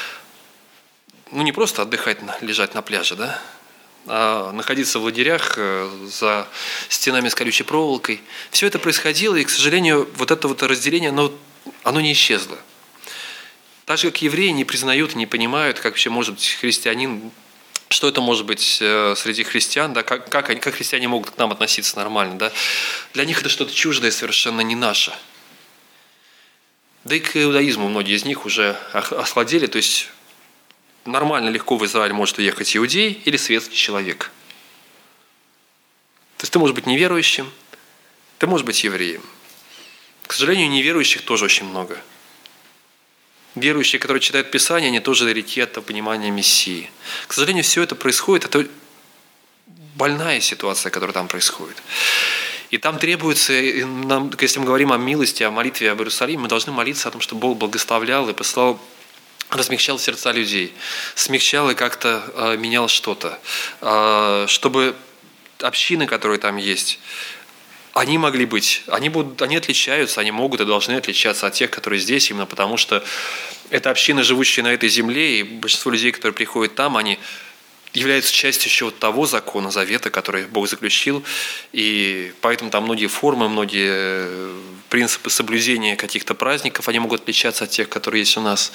Не просто отдыхать, лежать на пляже, да, а находиться в лагерях за стенами с колючей проволокой. Все это происходило, и, к сожалению, вот это вот разделение, оно не исчезло. Так же, как евреи не признают, не понимают, как вообще может быть христианин, что это может быть среди христиан, да, как христиане могут к нам относиться нормально. Да? Для них это что-то чуждое, совершенно не наше. Да и к иудаизму многие из них уже охладели, то есть нормально, легко в Израиль может уехать иудей или светский человек. То есть ты можешь быть неверующим, ты можешь быть евреем. К сожалению, неверующих тоже очень много. Верующие, которые читают Писание, они тоже далеки от понимания Мессии. К сожалению, все это происходит, это больная ситуация, которая там происходит. И там требуется, если мы говорим о милости, о молитве об Иерусалиме, мы должны молиться о том, чтобы Бог благословлял и послал, размягчал сердца людей, смягчал и как-то менял что-то, чтобы общины, которые там есть, они могли быть, они отличаются, они могут и должны отличаться от тех, которые здесь, именно потому что это общины, живущие на этой земле, и большинство людей, которые приходят там, они являются частью еще того закона, завета, который Бог заключил, и поэтому там многие формы, многие принципы соблюдения каких-то праздников, они могут отличаться от тех, которые есть у нас.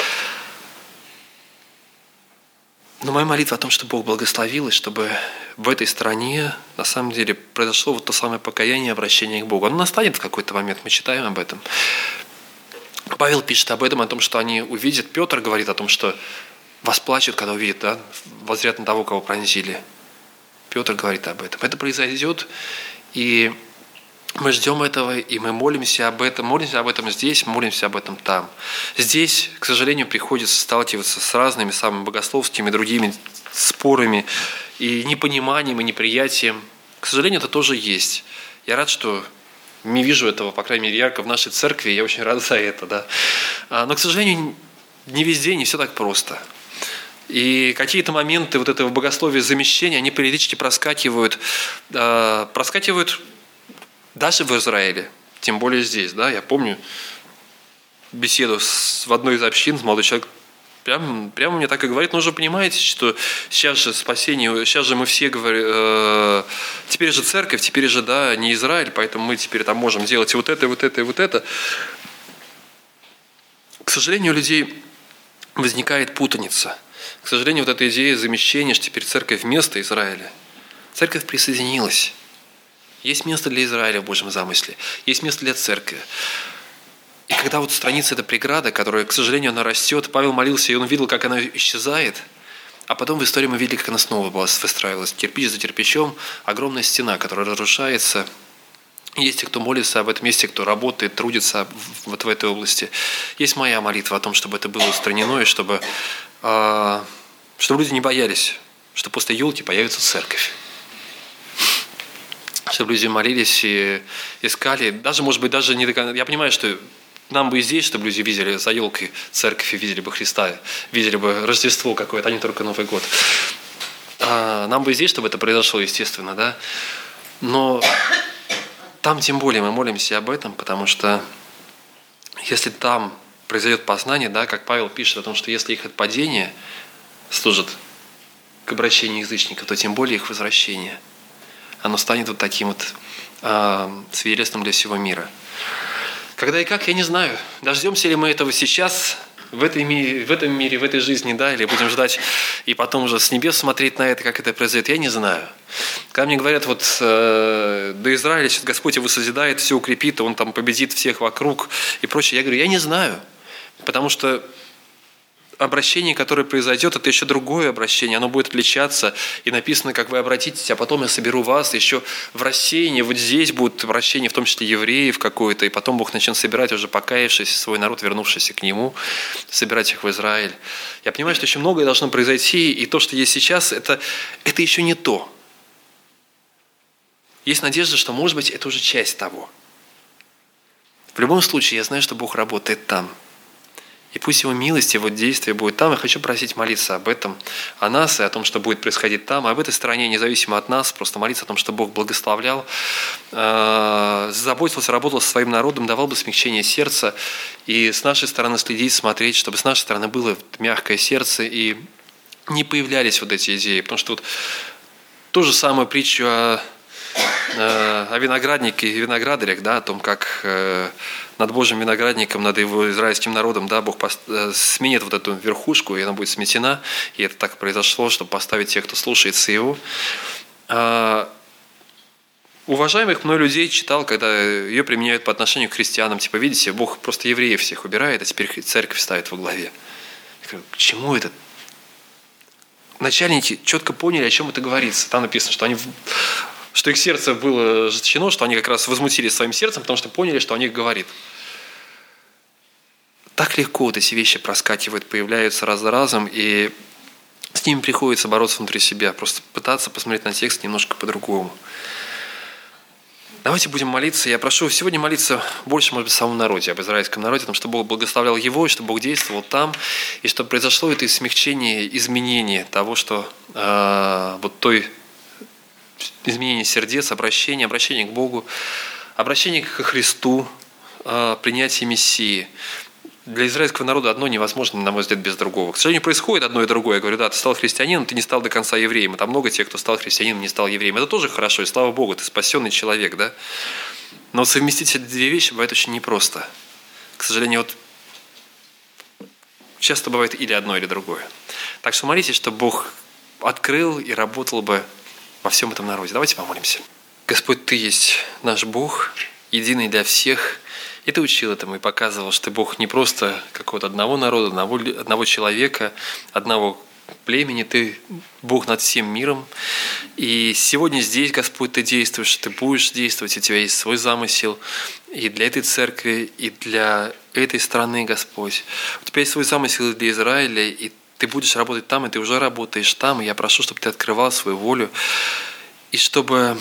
Но моя молитва о том, чтобы Бог благословил, и чтобы в этой стране на самом деле произошло вот то самое покаяние, обращение к Богу. Оно настанет в какой-то момент, мы читаем об этом. Павел пишет об этом, о том, что они увидят. Петр говорит о том, что восплачут, когда увидят, да, воззрят на того, кого пронзили. Петр говорит об этом. Это произойдет, и Мы ждем этого, и мы молимся об этом здесь, молимся об этом там. Здесь, к сожалению, приходится сталкиваться с разными самыми богословскими, другими спорами и непониманием, и неприятием. К сожалению, это тоже есть. Я рад, что не вижу этого, по крайней мере, ярко в нашей церкви, я очень рад за это, да. Но, к сожалению, не везде, не все так просто. И какие-то моменты вот этого богословия замещения, они периодически проскакивают даже в Израиле, тем более здесь, да. Я помню беседу в одной из общин, молодой человек прямо мне так и говорит: ну, же понимаете, что сейчас же спасение, сейчас же мы все говорим, теперь же церковь, теперь же, да, не Израиль, поэтому мы теперь там можем делать и вот это, и вот это, и вот это. К сожалению, у людей возникает путаница. К сожалению, вот эта идея замещения, что теперь церковь вместо Израиля. Церковь присоединилась. Есть место для Израиля в Божьем замысле, есть место для церкви. И когда вот страница эта преграда, которая, к сожалению, она растет, Павел молился, и он видел, как она исчезает, а потом в истории мы видели, как она снова выстраивалась. Кирпич за кирпичом, огромная стена, которая разрушается. Есть те, кто молится об этом, есть те, кто работает, трудится вот в этой области. Есть моя молитва о том, чтобы это было устранено, и чтобы люди не боялись, что после елки появится церковь. Чтобы люди молились и искали, даже, может быть, даже не до конца. Я понимаю, что нам бы и здесь, чтобы люди видели за елкой церковь и видели бы Христа, видели бы Рождество какое-то, а не только Новый год. Нам бы и здесь, чтобы это произошло, естественно, да. Но там тем более мы молимся об этом, потому что если там произойдет познание, да, как Павел пишет о том, что если их отпадение служит к обращению язычников, то тем более их возвращение. Оно станет вот таким вот свидетельством для всего мира. Когда и как, я не знаю. Дождемся ли мы этого сейчас, в этом мире, в этой жизни, да, или будем ждать и потом уже с небес смотреть на это, как это произойдет, я не знаю. Когда мне говорят, вот до Израиля сейчас Господь его созидает, все укрепит, он там победит всех вокруг и прочее, я говорю, я не знаю. Потому что обращение, которое произойдет, это еще другое обращение, оно будет отличаться, и написано, как вы обратитесь, а потом я соберу вас, еще в рассеянии, вот здесь будет обращение, в том числе евреев какое-то, и потом Бог начнет собирать уже покаявшийся свой народ, вернувшийся к Нему, собирать их в Израиль. Я понимаю, что еще многое должно произойти, и то, что есть сейчас, это еще не то. Есть надежда, что, может быть, это уже часть того. В любом случае, я знаю, что Бог работает там. И пусть Его милость, Его действие будет там. Я хочу просить молиться об этом, о нас и о том, что будет происходить там. А об этой стороне, независимо от нас, просто молиться о том, что Бог благословлял, заботился, работал со своим народом, давал бы смягчение сердца. И с нашей стороны следить, смотреть, чтобы с нашей стороны было мягкое сердце и не появлялись вот эти идеи. Потому что вот ту же самую притчу о винограднике и виноградарях, да, о том, как над Божьим виноградником, над его израильским народом, да, Бог сменит вот эту верхушку, и она будет сметена, и это так произошло, чтобы поставить тех, кто слушается его. Уважаемых мной людей читал, когда ее применяют по отношению к христианам, типа, видите, Бог просто евреев всех убирает, а теперь церковь ставит во главе. Я говорю, к чему это? Начальники четко поняли, о чем это говорится. Там написано, что их сердце было ожесточено, что они как раз возмутились своим сердцем, потому что поняли, что о них говорит. Так легко вот эти вещи проскакивают, появляются раз за разом, и с ними приходится бороться внутри себя, просто пытаться посмотреть на текст немножко по-другому. Давайте будем молиться. Я прошу сегодня молиться больше, может быть, о самом народе, об израильском народе, о том, чтобы Бог благословлял его, и чтобы Бог действовал там, и чтобы произошло это смягчение, изменение того, что изменение сердец, обращение к Богу, обращение к Христу, принятие Мессии. Для израильского народа одно невозможно, на мой взгляд, без другого. К сожалению, происходит одно и другое. Я говорю, да, ты стал христианином, ты не стал до конца евреем. И там много тех, кто стал христианином, не стал евреем. Это тоже хорошо, и слава Богу, ты спасенный человек, да? Но совместить эти две вещи бывает очень непросто. К сожалению, вот часто бывает или одно, или другое. Так что молитесь, чтобы Бог открыл и работал бы во всем этом народе. Давайте помолимся. Господь, Ты есть наш Бог, единый для всех. И Ты учил этому и показывал, что Ты Бог не просто какого-то одного народа, одного человека, одного племени, Ты Бог над всем миром. И сегодня здесь, Господь, Ты действуешь, Ты будешь действовать, у Тебя есть свой замысел и для этой церкви, и для этой страны, Господь. У Тебя есть свой замысел и для Израиля, и Ты будешь работать там, и Ты уже работаешь там. И я прошу, чтобы Ты открывал свою волю, и чтобы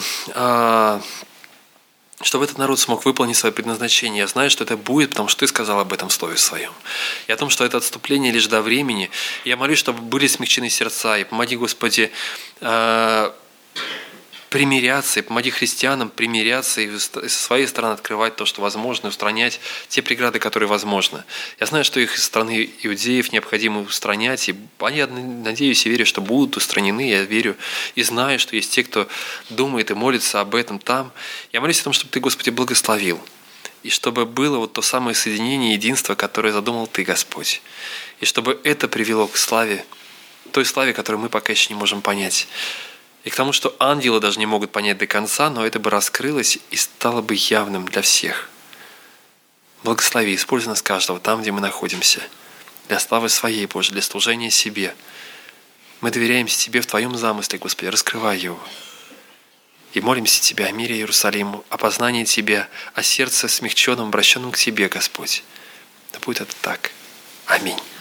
этот народ смог выполнить свое предназначение. Я знаю, что это будет, потому что Ты сказал об этом в Слове Своем. И о том, что это отступление лишь до времени. Я молюсь, чтобы были смягчены сердца. И помоги, Господи, примиряться, и помоги христианам примиряться и со своей стороны открывать то, что возможно, и устранять те преграды, которые возможны. Я знаю, что их из страны иудеев необходимо устранять, и я надеюсь и верю, что будут устранены. Я верю и знаю, что есть те, кто думает и молится об этом там. Я молюсь о том, чтобы Ты, Господи, благословил, и чтобы было вот то самое соединение, единство, которое задумал Ты, Господь, и чтобы это привело к славе, той славе, которую мы пока еще не можем понять. И к тому, что ангелы даже не могут понять до конца, но это бы раскрылось и стало бы явным для всех. Благослови, используй нас каждого там, где мы находимся, для славы Своей, Божьей, для служения Себе. Мы доверяемся Тебе в Твоем замысле, Господи, раскрывай его. И молимся Тебя о мире Иерусалиму, о познании Тебя, о сердце смягченном, обращенном к Тебе, Господь. Да будет это так. Аминь.